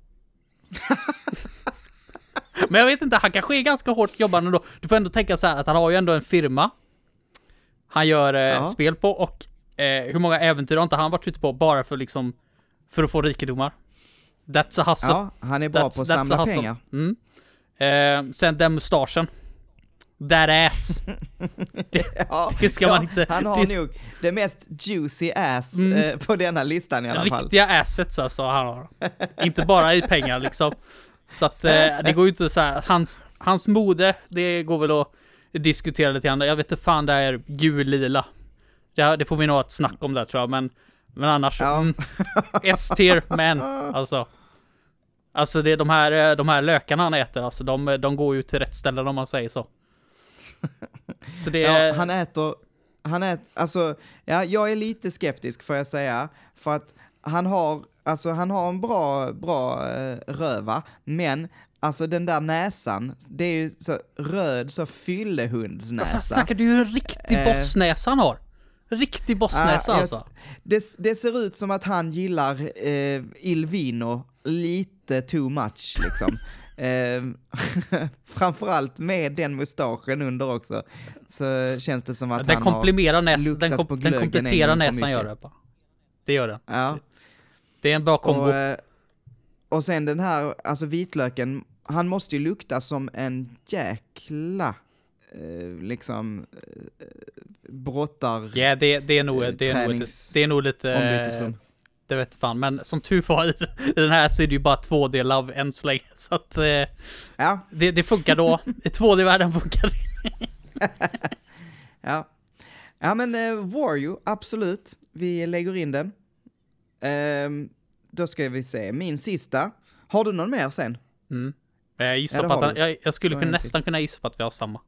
B: Men jag vet inte, han kanske är ganska hårt jobbande då. Du får ändå tänka så här att han har ju ändå en firma han gör spel på, och hur många äventyr har inte han varit ute på bara för liksom för att få rikedomar. That's a hustle.
A: Ja, han är bra på att samla pengar.
B: Sen den mustaschen. That ass. Det ska man inte.
A: Han har nog det mest juicy ass på denna listan i alla fall.
B: Riktiga assets alltså han har. Inte bara i pengar liksom. Så att det går ju inte så här. Hans mode, det går väl att diskutera lite grann. Jag vet inte fan, det är gul-lila. Det får vi nog ett snack om där tror jag. Men annars S-tier men alltså det är de här lökarna han äter, alltså de går ju till rätt ställen om man säger så. Så det är...
A: han äter alltså, ja, jag är lite skeptisk får jag säga, för att han har en bra röva, men alltså den där näsan, det är ju så röd, så fyllehundsnäsa.
B: Vad snackar du, en riktig bossnäsa han har? Riktig bossnäsa alltså.
A: Det ser ut som att han gillar Il Vino lite too much liksom. Framförallt med den mustaschen under också, så känns det som att
B: den
A: han
B: har
A: luktat på glöggen.
B: Den kompletterar näsan, gör det bara. Det gör den.
A: Ja.
B: Det är en bra kombo.
A: Och sen den här, alltså vitlöken, han måste ju lukta som en jäkla liksom brottar.
B: Ja, det är nog lite
A: ombytesrum.
B: Det vet fan, men som tur var i den här så är det ju bara 2D love än så länge, så att det funkar då. I 2D-världen funkar det.
A: Ja, men Wario, absolut. Vi lägger in den. Då ska vi se. Min sista. Har du någon mer sen?
B: Jag gissar på att jag skulle nästan kunna gissa på att vi har samma.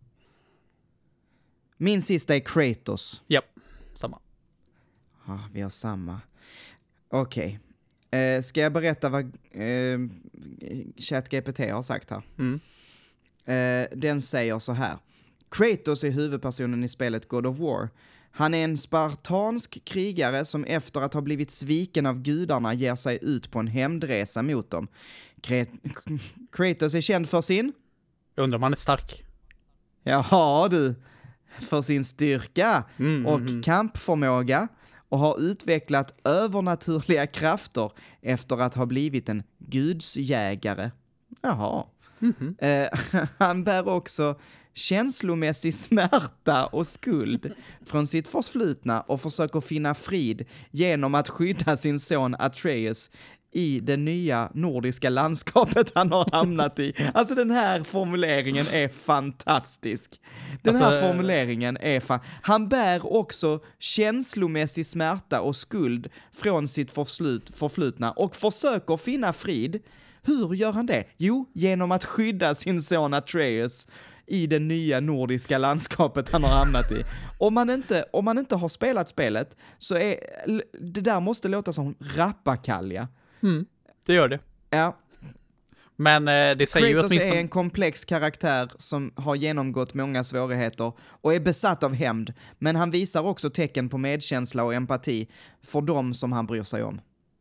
A: Min sista är Kratos.
B: Japp, samma.
A: Ja, vi har samma. Okej. Ska jag berätta vad ChatGPT har sagt här? Den säger så här. Kratos är huvudpersonen i spelet God of War. Han är en spartansk krigare som efter att ha blivit sviken av gudarna ger sig ut på en hämndresa mot dem. Kratos är känd för sin...
B: Jag undrar om han är stark.
A: Jaha du. För sin styrka och kampförmåga, och har utvecklat övernaturliga krafter efter att ha blivit en gudsjägare. Jaha. Han bär också känslomässig smärta och skuld från sitt förflutna och försöker finna frid genom att skydda sin son Atreus i det nya nordiska landskapet han har hamnat i. Alltså den här formuleringen är fantastisk. Formuleringen är Han bär också känslomässig smärta och skuld från sitt förflutna och försöker finna frid. Hur gör han det? Jo, genom att skydda sin son Atreus i det nya nordiska landskapet han har hamnat i. Om man inte har spelat spelet så är det där måste låta som rappakalja.
B: Det gör det.
A: Ja.
B: Men det säger ju åtminstone...
A: Kratos är en komplex karaktär som har genomgått många svårigheter och är besatt av hämnd. Men han visar också tecken på medkänsla och empati för dem som han bryr sig om.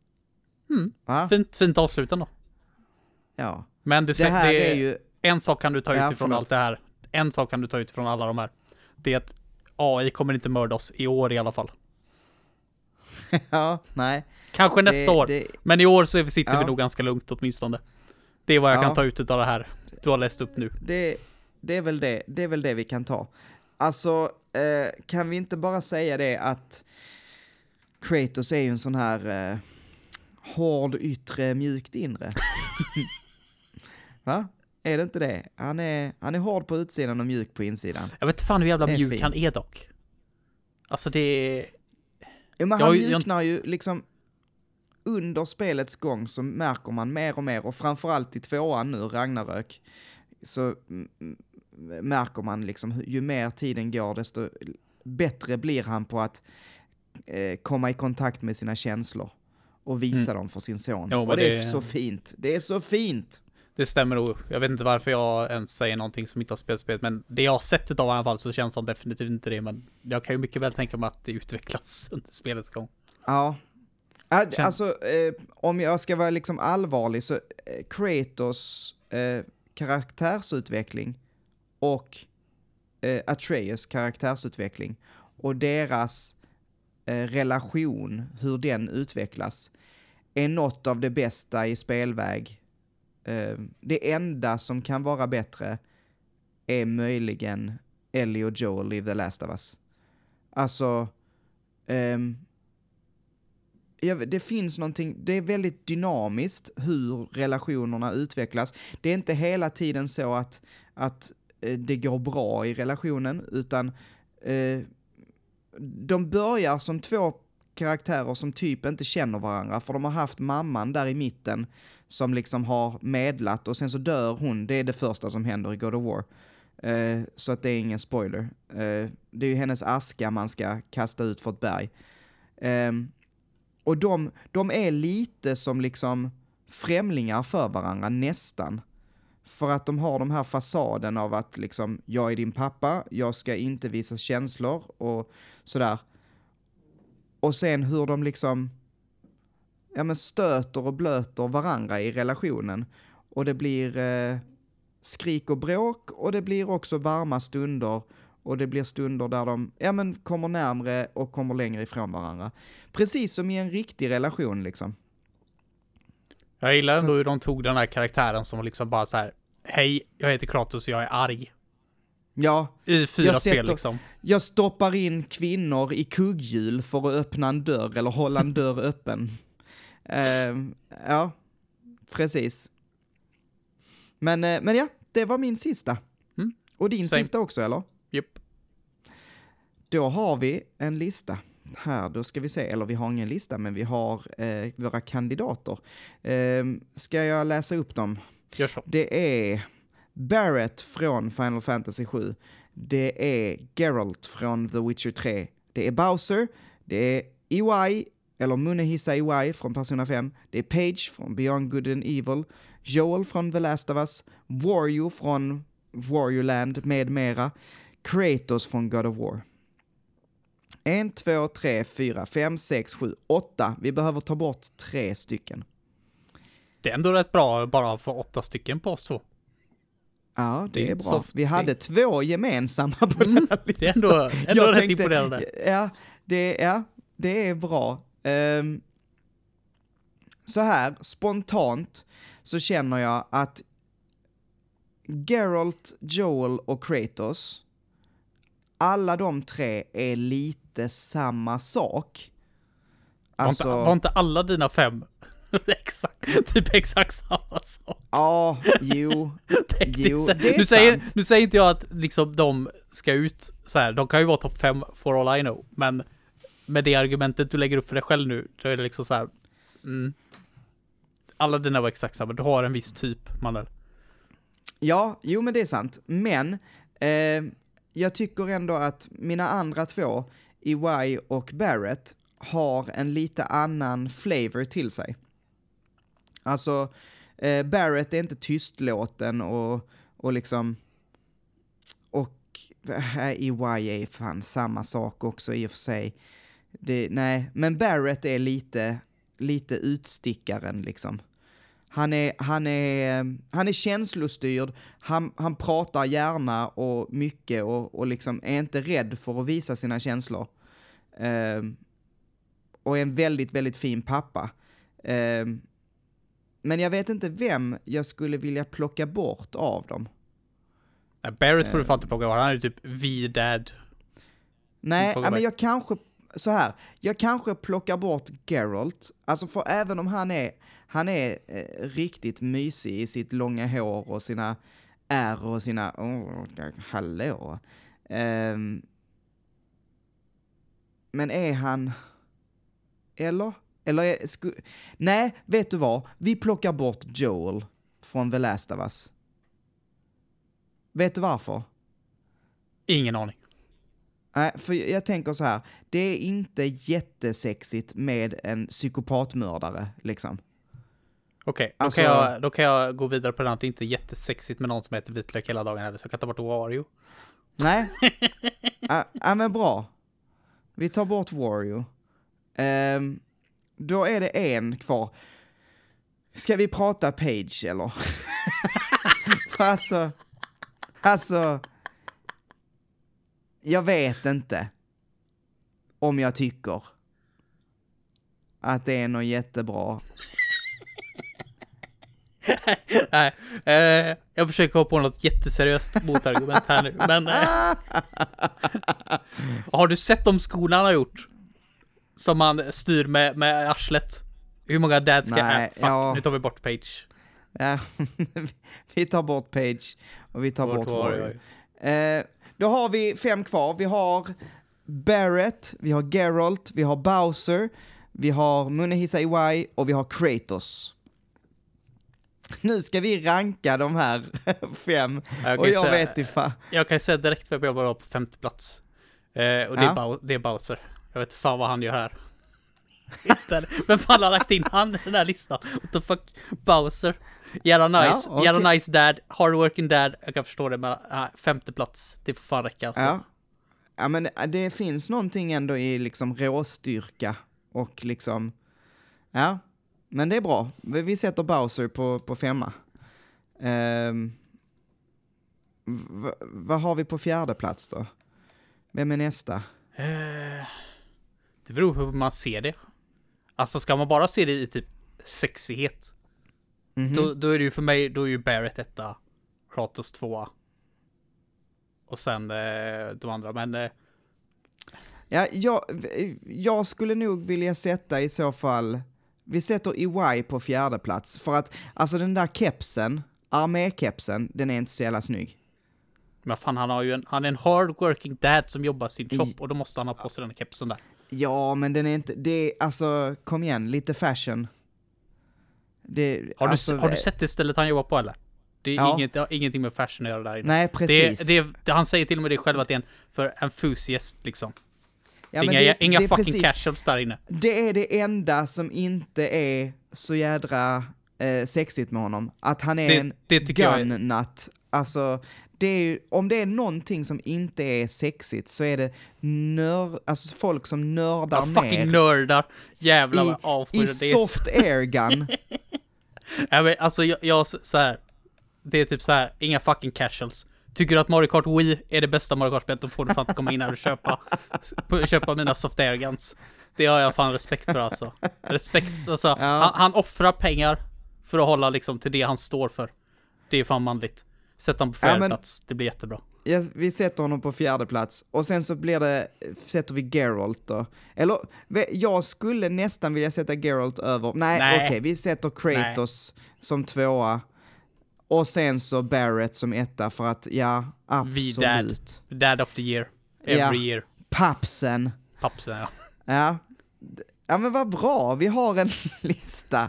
B: Fint avslutande då.
A: Ja.
B: Men det här är
A: ju...
B: En sak kan du ta utifrån allt det här. En sak kan du ta utifrån alla de här. Det är att AI kommer inte mörda oss i år i alla fall.
A: Ja, nej.
B: Kanske nästa år. Men i år så sitter vi nog ganska lugnt åtminstone. Det är vad jag kan ta ut av det här du har läst upp nu.
A: Det är väl det vi kan ta. Alltså, kan vi inte bara säga det att Kratos är ju en sån här hård yttre, mjukt inre. Va? Är det inte det? Han är hård på utsidan och mjuk på insidan.
B: Jag vet fan hur jävla mjuk
A: fint.
B: Han är dock. Alltså det är...
A: Ja, men han mjuknar ju liksom under spelets gång så märker man mer och mer och framförallt i 2:an nu, Ragnarök, så märker man liksom ju mer tiden går desto bättre blir han på att komma i kontakt med sina känslor och visa dem för sin son. Jo, och det är så fint. Det är så fint.
B: Det stämmer nog. Jag vet inte varför jag ens säger någonting som inte har spelat, men det jag har sett utav i alla fall så känns det definitivt inte det, men jag kan ju mycket väl tänka mig att det utvecklas under spelets gång.
A: Ja. Alltså, om jag ska vara liksom allvarlig så Kratos karaktärsutveckling och Atreus karaktärsutveckling och deras relation, hur den utvecklas, är något av det bästa i spelväg. Det enda som kan vara bättre är möjligen Ellie och Joel i The Last of Us. Alltså, det finns någonting, det är väldigt dynamiskt hur relationerna utvecklas. Det är inte hela tiden så att det går bra i relationen, utan de börjar som två karaktärer som typ inte känner varandra, för de har haft mamman där i mitten som liksom har medlat och sen så dör hon. Det är det första som händer i God of War. Så att det är ingen spoiler. Det är ju hennes aska man ska kasta ut för ett berg. Och de är lite som liksom främlingar för varandra, nästan. För att de har de här fasaden av att liksom, jag är din pappa, jag ska inte visa känslor och sådär. Och sen hur de liksom stöter och blöter varandra i relationen. Och det blir skrik och bråk och det blir också varma stunder. Och det blir stunder där de kommer närmare och kommer längre ifrån varandra. Precis som i en riktig relation liksom.
B: Jag gillar ändå hur de tog den här karaktären som liksom bara så här: hej, jag heter Kratos och jag är arg.
A: Ja.
B: I 4 spel liksom.
A: Jag stoppar in kvinnor i kugghjul för att öppna en dörr eller hålla en dörr öppen. Ja, precis. Men ja, det var min sista. Och din sista också, eller?
B: Japp.
A: Då har vi en lista här, då ska vi se, eller vi har ingen lista, men vi har våra kandidater. Ska jag läsa upp dem?
B: Gör så.
A: Det är Barrett från Final Fantasy 7. Det är Geralt från The Witcher 3. Det är Bowser. Det är Iwai, eller Munehisa Iwai från Persona 5. Det är Paige från Beyond Good and Evil. Joel från The Last of Us. Wario från Wario Land med mera. Kratos från God of War. 1, 2, 3, 4, 5, 6, 7, 8. Vi behöver ta bort 3 stycken.
B: Det är ändå rätt bra bara för 8 stycken på oss 2.
A: Ja, det är bra. Vi hade 2 gemensamma på den här listan.
B: Det är ändå rätt imponerande.
A: Ja, det är bra. Så här, spontant så känner jag att Geralt, Joel och Kratos, alla de tre är lite samma sak. Alltså,
B: var inte alla dina 5 exakt samma sak?
A: Ja, jo, det är sant.
B: Nu säger inte jag att liksom de ska ut så här. De kan ju vara topp 5 for all I know. Men med det argumentet du lägger upp för dig själv nu, då är det liksom så här. Alla dina var exakt samma. Du har en viss typ, Manuel.
A: Ja, jo men det är sant. Men jag tycker ändå att mina andra två, EY och Barrett, har en lite annan flavor till sig. Alltså, Barrett är inte tystlåten och liksom... Och EY är fan samma sak också i och för sig. Nej, men Barrett är lite utstickaren liksom. Han är känslostyrd, han pratar gärna och mycket och liksom är inte rädd för att visa sina känslor. Och är en väldigt, väldigt fin pappa. Men jag vet inte vem jag skulle vilja plocka bort av dem.
B: Barrett får du fan inte plocka bort, han är ju typ V-dad.
A: Nej, men jag kanske plockar bort Geralt. Alltså för även om han är riktigt mysig i sitt långa hår och sina ärr och sina... hallå. Men är han... Eller nej, vet du vad? Vi plockar bort Joel från The Last of Us. Vet du varför?
B: Ingen aning.
A: Nej, för jag tänker så här. Det är inte jättesexigt med en psykopatmördare, liksom.
B: Okej,
A: alltså,
B: då kan jag gå vidare på den att det inte är jättesexigt med någon som heter vitlök hela dagen heller, så jag kan ta bort Wario.
A: Nej. Men bra. Vi tar bort Wario. Då är det en kvar. Ska vi prata Page, eller? alltså, jag vet inte om jag tycker att det är något jättebra.
B: Nej, jag försöker ha på något jätteseriöst motargument här nu, men har du sett de skorna han har gjort? Som man styr med arslet. Hur många dads ska nu tar vi bort Page.
A: Ja, vi tar bort Page och vi tar bort Wario. Då har vi 5 kvar. Vi har Barrett, vi har Geralt, vi har Bowser, vi har Munehisa Iwai och vi har Kratos. Nu ska vi ranka de här 5. Och jag vet ifall...
B: Jag kan säga direkt för att jag bara på 5:e plats. Och det är Bowser. Jag vet fan vad han gör här. Vem fan har lagt in han i den här listan? What the fuck? Bowser. Jävla nice. Ja, okay. Jävla nice dad. Hardworking dad. Jag kan förstå det, men 5:e plats. Det får fan räcka alltså.
A: Ja, men det finns någonting ändå i liksom råstyrka. Och liksom... Ja, men det är bra. Vi sätter Bowser på 5:a. Vad har vi på 4:e plats då? Vem är nästa?
B: Det beror på hur man ser det. Alltså ska man bara se det i typ sexighet, då är det ju för mig, då är ju Barrett 1, Kratos 2 och sen de andra, men
A: ja, jag skulle nog vilja sätta i så fall, vi sätter EY på 4:e plats, för att alltså den där kepsen, armékepsen, den är inte så jävla snygg.
B: Men fan, han är en hardworking dad som jobbar sin shop, och då måste han ha på sig den kepsen där.
A: Ja, men den är inte... alltså, kom igen, lite fashion.
B: Har du sett det stället han jobbar på, eller? Det är ingenting med fashion att göra där inne.
A: Nej, precis.
B: Han säger till och med det själv att det är för enthusiast, liksom.
A: Ja,
B: det är inga fucking
A: precis,
B: casuals där inne.
A: Det är det enda som inte är så jädra sexigt med honom. Att han är en gun-nut. Alltså... om det är någonting som inte är sexigt så är det alltså folk som nördar ner.
B: Fucking nördar. Jävlar
A: i soft air gun.
B: Ja, men alltså jag så här, det är typ så här, inga fucking casuals. Tycker du att Mario Kart Wii är det bästa Mario Kart-spelet, då får du fan inte komma in här och köpa mina soft air guns. Det har jag fan respekt för, alltså. Respekt, alltså. Ja. Han offrar pengar för att hålla liksom till det han står för. Det är fan manligt. Sätt honom på fjärde plats. Det blir jättebra.
A: Ja, vi sätter honom på fjärde plats. Och sen så sätter vi Geralt då. Eller, jag skulle nästan vilja sätta Geralt över. Nej. Okej, vi sätter Kratos som tvåa. Och sen så Barrett som etta för att, ja, absolut.
B: Dad of the year. Every year.
A: Papsen,
B: ja.
A: Ja, men vad bra. Vi har en lista.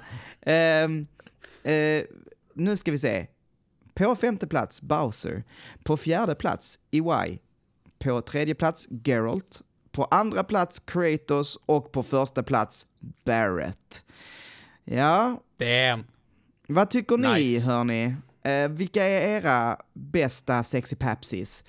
A: Nu ska vi se. På femte plats, Bowser. På fjärde plats, EY. På tredje plats, Geralt. På andra plats, Kratos. Och på första plats, Barrett. Ja.
B: Damn.
A: Vad tycker ni, hörni? Vilka är era bästa sexy papsis?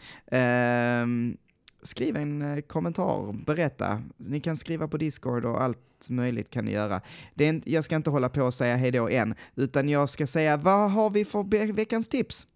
A: Skriv en kommentar, berätta. Ni kan skriva på Discord och allt möjligt kan ni göra. Jag ska inte hålla på och säga hej då än, utan jag ska säga, vad har vi för veckans tips?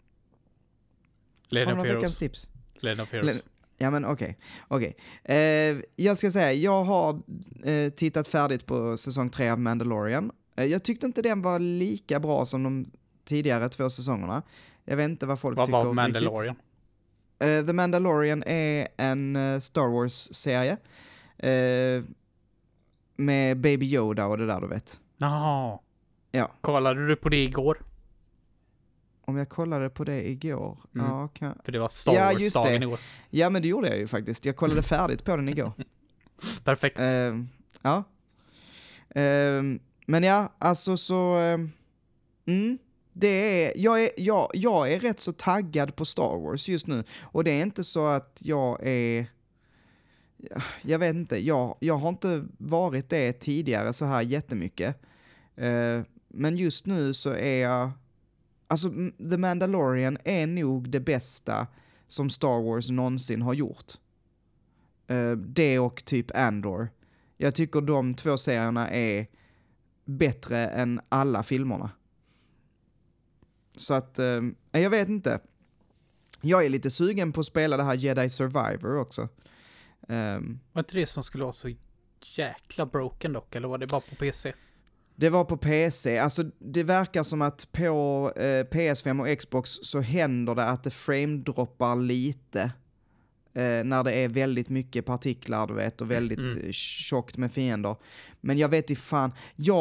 B: Legend of Heroes.
A: Ja, men okej. Jag ska säga, jag har tittat färdigt på säsong 3 av Mandalorian. Jag tyckte inte den var lika bra som de tidigare 2 säsongerna. Jag vet inte vad folk tycker.
B: Vad var Mandalorian?
A: The Mandalorian är en Star Wars-serie med Baby Yoda och det där, du vet.
B: Jaha.
A: Ja.
B: Kollade du på det igår?
A: Om jag kollade på det igår? Ja,
B: för det var Star Wars-dagen igår.
A: Ja, men det gjorde jag ju faktiskt. Jag kollade färdigt på den igår.
B: Perfekt.
A: Ja. Men ja, alltså så... Jag är rätt så taggad på Star Wars just nu. Och det är inte så att jag är... Jag vet inte, jag har inte varit det tidigare så här jättemycket. Men just nu så är jag... Alltså, The Mandalorian är nog det bästa som Star Wars någonsin har gjort. Det och typ Andor. Jag tycker de 2 serierna är bättre än alla filmerna. Så att, jag vet inte. Jag är lite sugen på att spela det här Jedi Survivor också.
B: Var inte det som skulle vara så jäkla broken dock? Eller var det bara på PC?
A: Det var på PC. Alltså det verkar som att på PS5 och Xbox så händer det att det frame-droppar lite. När det är väldigt mycket partiklar, du vet, och väldigt tjockt med fiender. Men jag vet inte fan,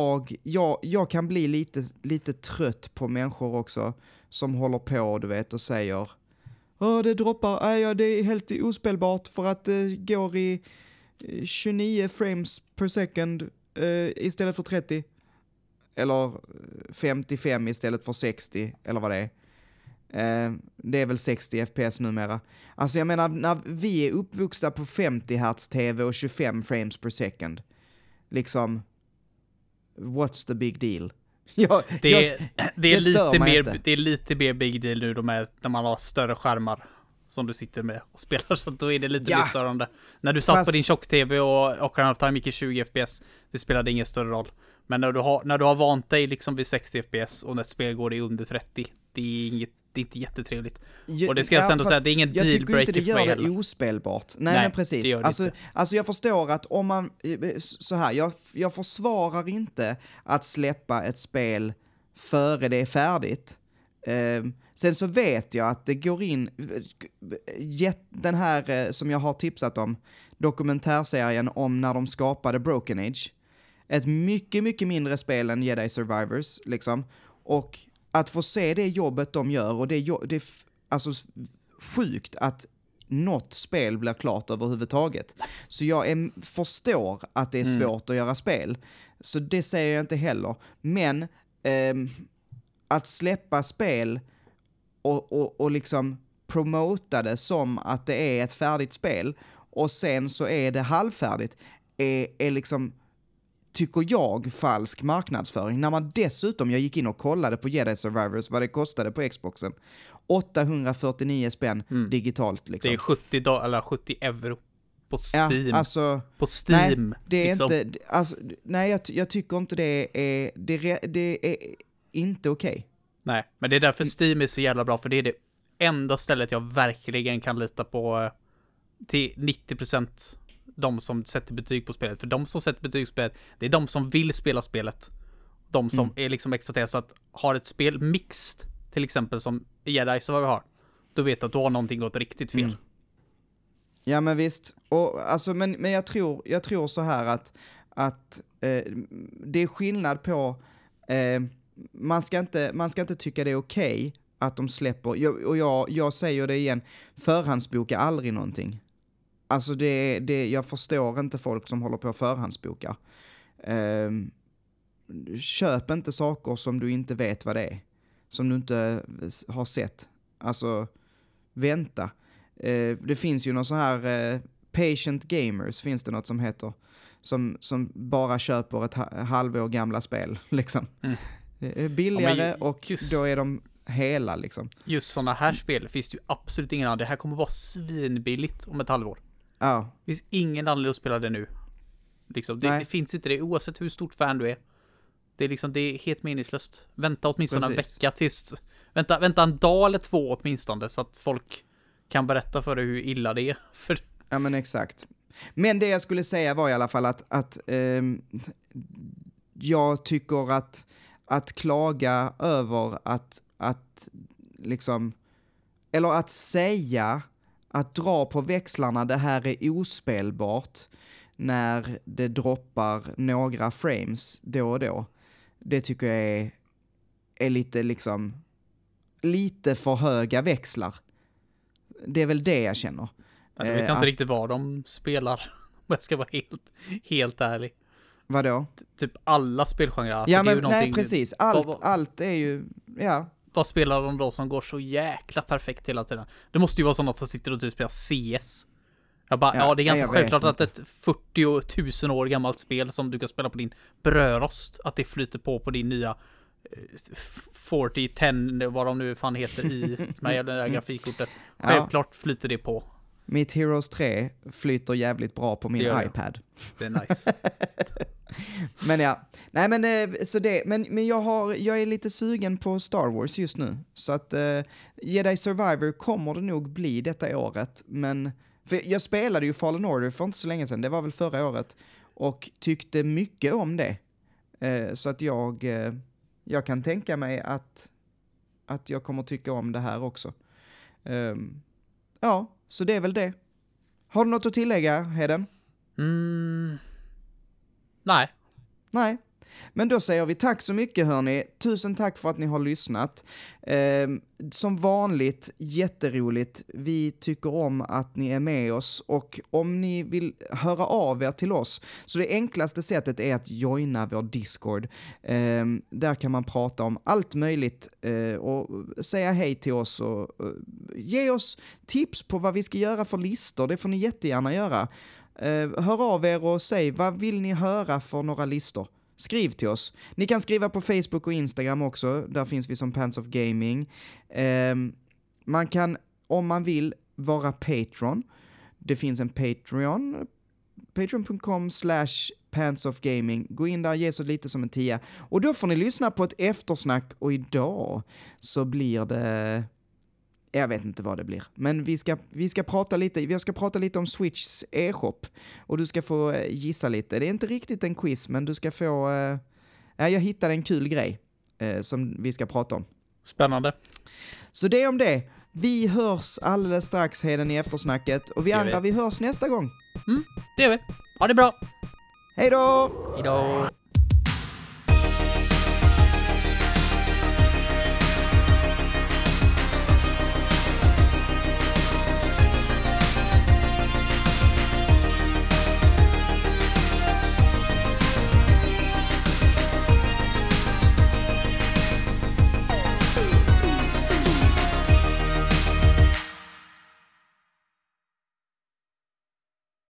A: jag kan bli lite trött på människor också som håller på, du vet, och säger det droppar, det är helt ospelbart för att det går i 29 frames per second istället för 30. Eller 55 istället för 60, eller vad det är. Det är väl 60 FPS numera. Alltså jag menar, när vi är uppvuxna på 50 Hz TV och 25 frames per second. Liksom, what's the big deal?
B: Det är lite mer big deal nu när man har större skärmar som du sitter med och spelar, så då är det lite mer störande. När du satt på din tjock-tv och Ocarina of Time gick i 20 FPS, det spelade ingen större roll. Men när du har vant dig liksom vid 60 FPS och när ett spel går i under 30, det är inte jättetrevligt. Och det ska jag ändå säga, det är ingen dealbreaker för mig heller.
A: Jag tycker inte det gör det ospelbart. Nej, men precis.
B: Det gör det
A: alltså jag förstår att om man... Så här, jag försvarar inte att släppa ett spel före det är färdigt. Sen så vet jag att det går in... Den här som jag har tipsat om, dokumentärserien om när de skapade Broken Age. Ett mycket, mycket mindre spel än Jedi Survivors, liksom. Och att få se det jobbet de gör, och det är alltså sjukt att något spel blir klart överhuvudtaget. Så jag förstår att det är svårt att göra spel. Så det säger jag inte heller. Men att släppa spel och liksom promota det som att det är ett färdigt spel och sen så är det halvfärdigt är liksom, tycker jag, falsk marknadsföring. När man dessutom, jag gick in och kollade på Jedi Survivors vad det kostade på Xboxen. 849 spänn digitalt liksom.
B: Det är 70 euro på Steam.
A: Ja, alltså,
B: på Steam.
A: Nej, det är
B: liksom.
A: inte, alltså, nej jag tycker inte det är inte okej.
B: Nej, men det är därför Steam är så jävla bra, för det är det enda stället jag verkligen kan lita på till 90%. De som sätter betyg på spelet. För de som sätter betyg på spelet, det är de som vill spela spelet. De som är liksom exalterade, så att har ett spel mixed, till exempel som Jedi Survivor har, då vet du att du har någonting gått riktigt fel.
A: Ja, men visst. Och, alltså, men jag tror så här att det är skillnad på man ska inte tycka det är okej att de släpper, jag säger det igen, förhandsboka aldrig någonting. Alltså jag förstår inte folk som håller på att förhandsboka. Köp inte saker som du inte vet vad det är. Som du inte har sett. Alltså, vänta. Det finns ju någon så här patient gamers, finns det något som heter. Som bara köper ett halvår gamla spel, liksom. Billigare och då är de hela, liksom.
B: Just sådana här spel finns det ju absolut ingen anledning. Det här kommer vara svinbilligt om ett halvår.
A: Ja.
B: Det finns ingen anledning att spela det nu. Liksom, det finns inte det, oavsett hur stort fan du är. Det är liksom, det är helt meningslöst. Vänta åtminstone en vecka tills... Vänta en dag eller 2 åtminstone, så att folk kan berätta för dig hur illa det är.
A: Ja, men exakt. Men det jag skulle säga var i alla fall att jag tycker att klaga över att liksom, eller att säga, att dra på växlarna, det här är ospelbart när det droppar några frames då och då. Det tycker jag är lite liksom, lite för höga växlar. Det är väl det jag känner.
B: Ja, jag vet inte riktigt vad de spelar. Om jag ska vara helt ärlig.
A: Vadå?
B: Typ alla spelgenrer. Alltså,
A: ja,
B: det är
A: men
B: ju
A: nej, precis. Allt är ju, ja.
B: Vad spelar de då som går så jäkla perfekt hela tiden? Det måste ju vara sånt att de sitter och typ spelar CS. Ja, det är ganska självklart att ett 40 000 år gammalt spel som du kan spela på din brödrost, att det flyter på din nya 4010, vad de nu fan heter i med det här grafikkortet. Självklart flyter det på.
A: Mitt Heroes 3 flyter jävligt bra på min iPad.
B: Det är nice.
A: Men ja, nej men så det, men jag är lite sugen på Star Wars just nu. Så att Jedi Survivor kommer det nog bli detta året, men för jag spelade ju Fallen Order för inte så länge sedan, det var väl förra året, och tyckte mycket om det. Så att jag kan tänka mig att jag kommer tycka om det här också. Ja, så det är väl det. Har du något att tillägga, Heden? Nej. Men då säger vi tack så mycket, hörni. Tusen tack för att ni har lyssnat. Som vanligt, jätteroligt. Vi tycker om att ni är med oss, och om ni vill höra av er till oss, så det enklaste sättet är att joina vår Discord. Där kan man prata om allt möjligt och säga hej till oss och ge oss tips på vad vi ska göra för listor. Det får ni jättegärna göra. Hör av er och säg, vad vill ni höra för några listor? Skriv till oss. Ni kan skriva på Facebook och Instagram också. Där finns vi som Pants of Gaming. Man kan, om man vill, vara Patreon. Det finns en Patreon. Patreon.com/pantsofgaming. Gå in där och ge så lite som en 10. Och då får ni lyssna på ett eftersnack. Och idag så blir det... Jag vet inte vad det blir. Men vi ska prata lite om Switchs e-shop. Och du ska få gissa lite. Det är inte riktigt en quiz, men du ska få... jag hittade en kul grej som vi ska prata om.
B: Spännande.
A: Så det är om det. Vi hörs alldeles strax, Heden, i eftersnacket. Och vi hörs nästa gång.
B: Det gör vi. Ha det bra.
A: Hej då!
B: Hej då.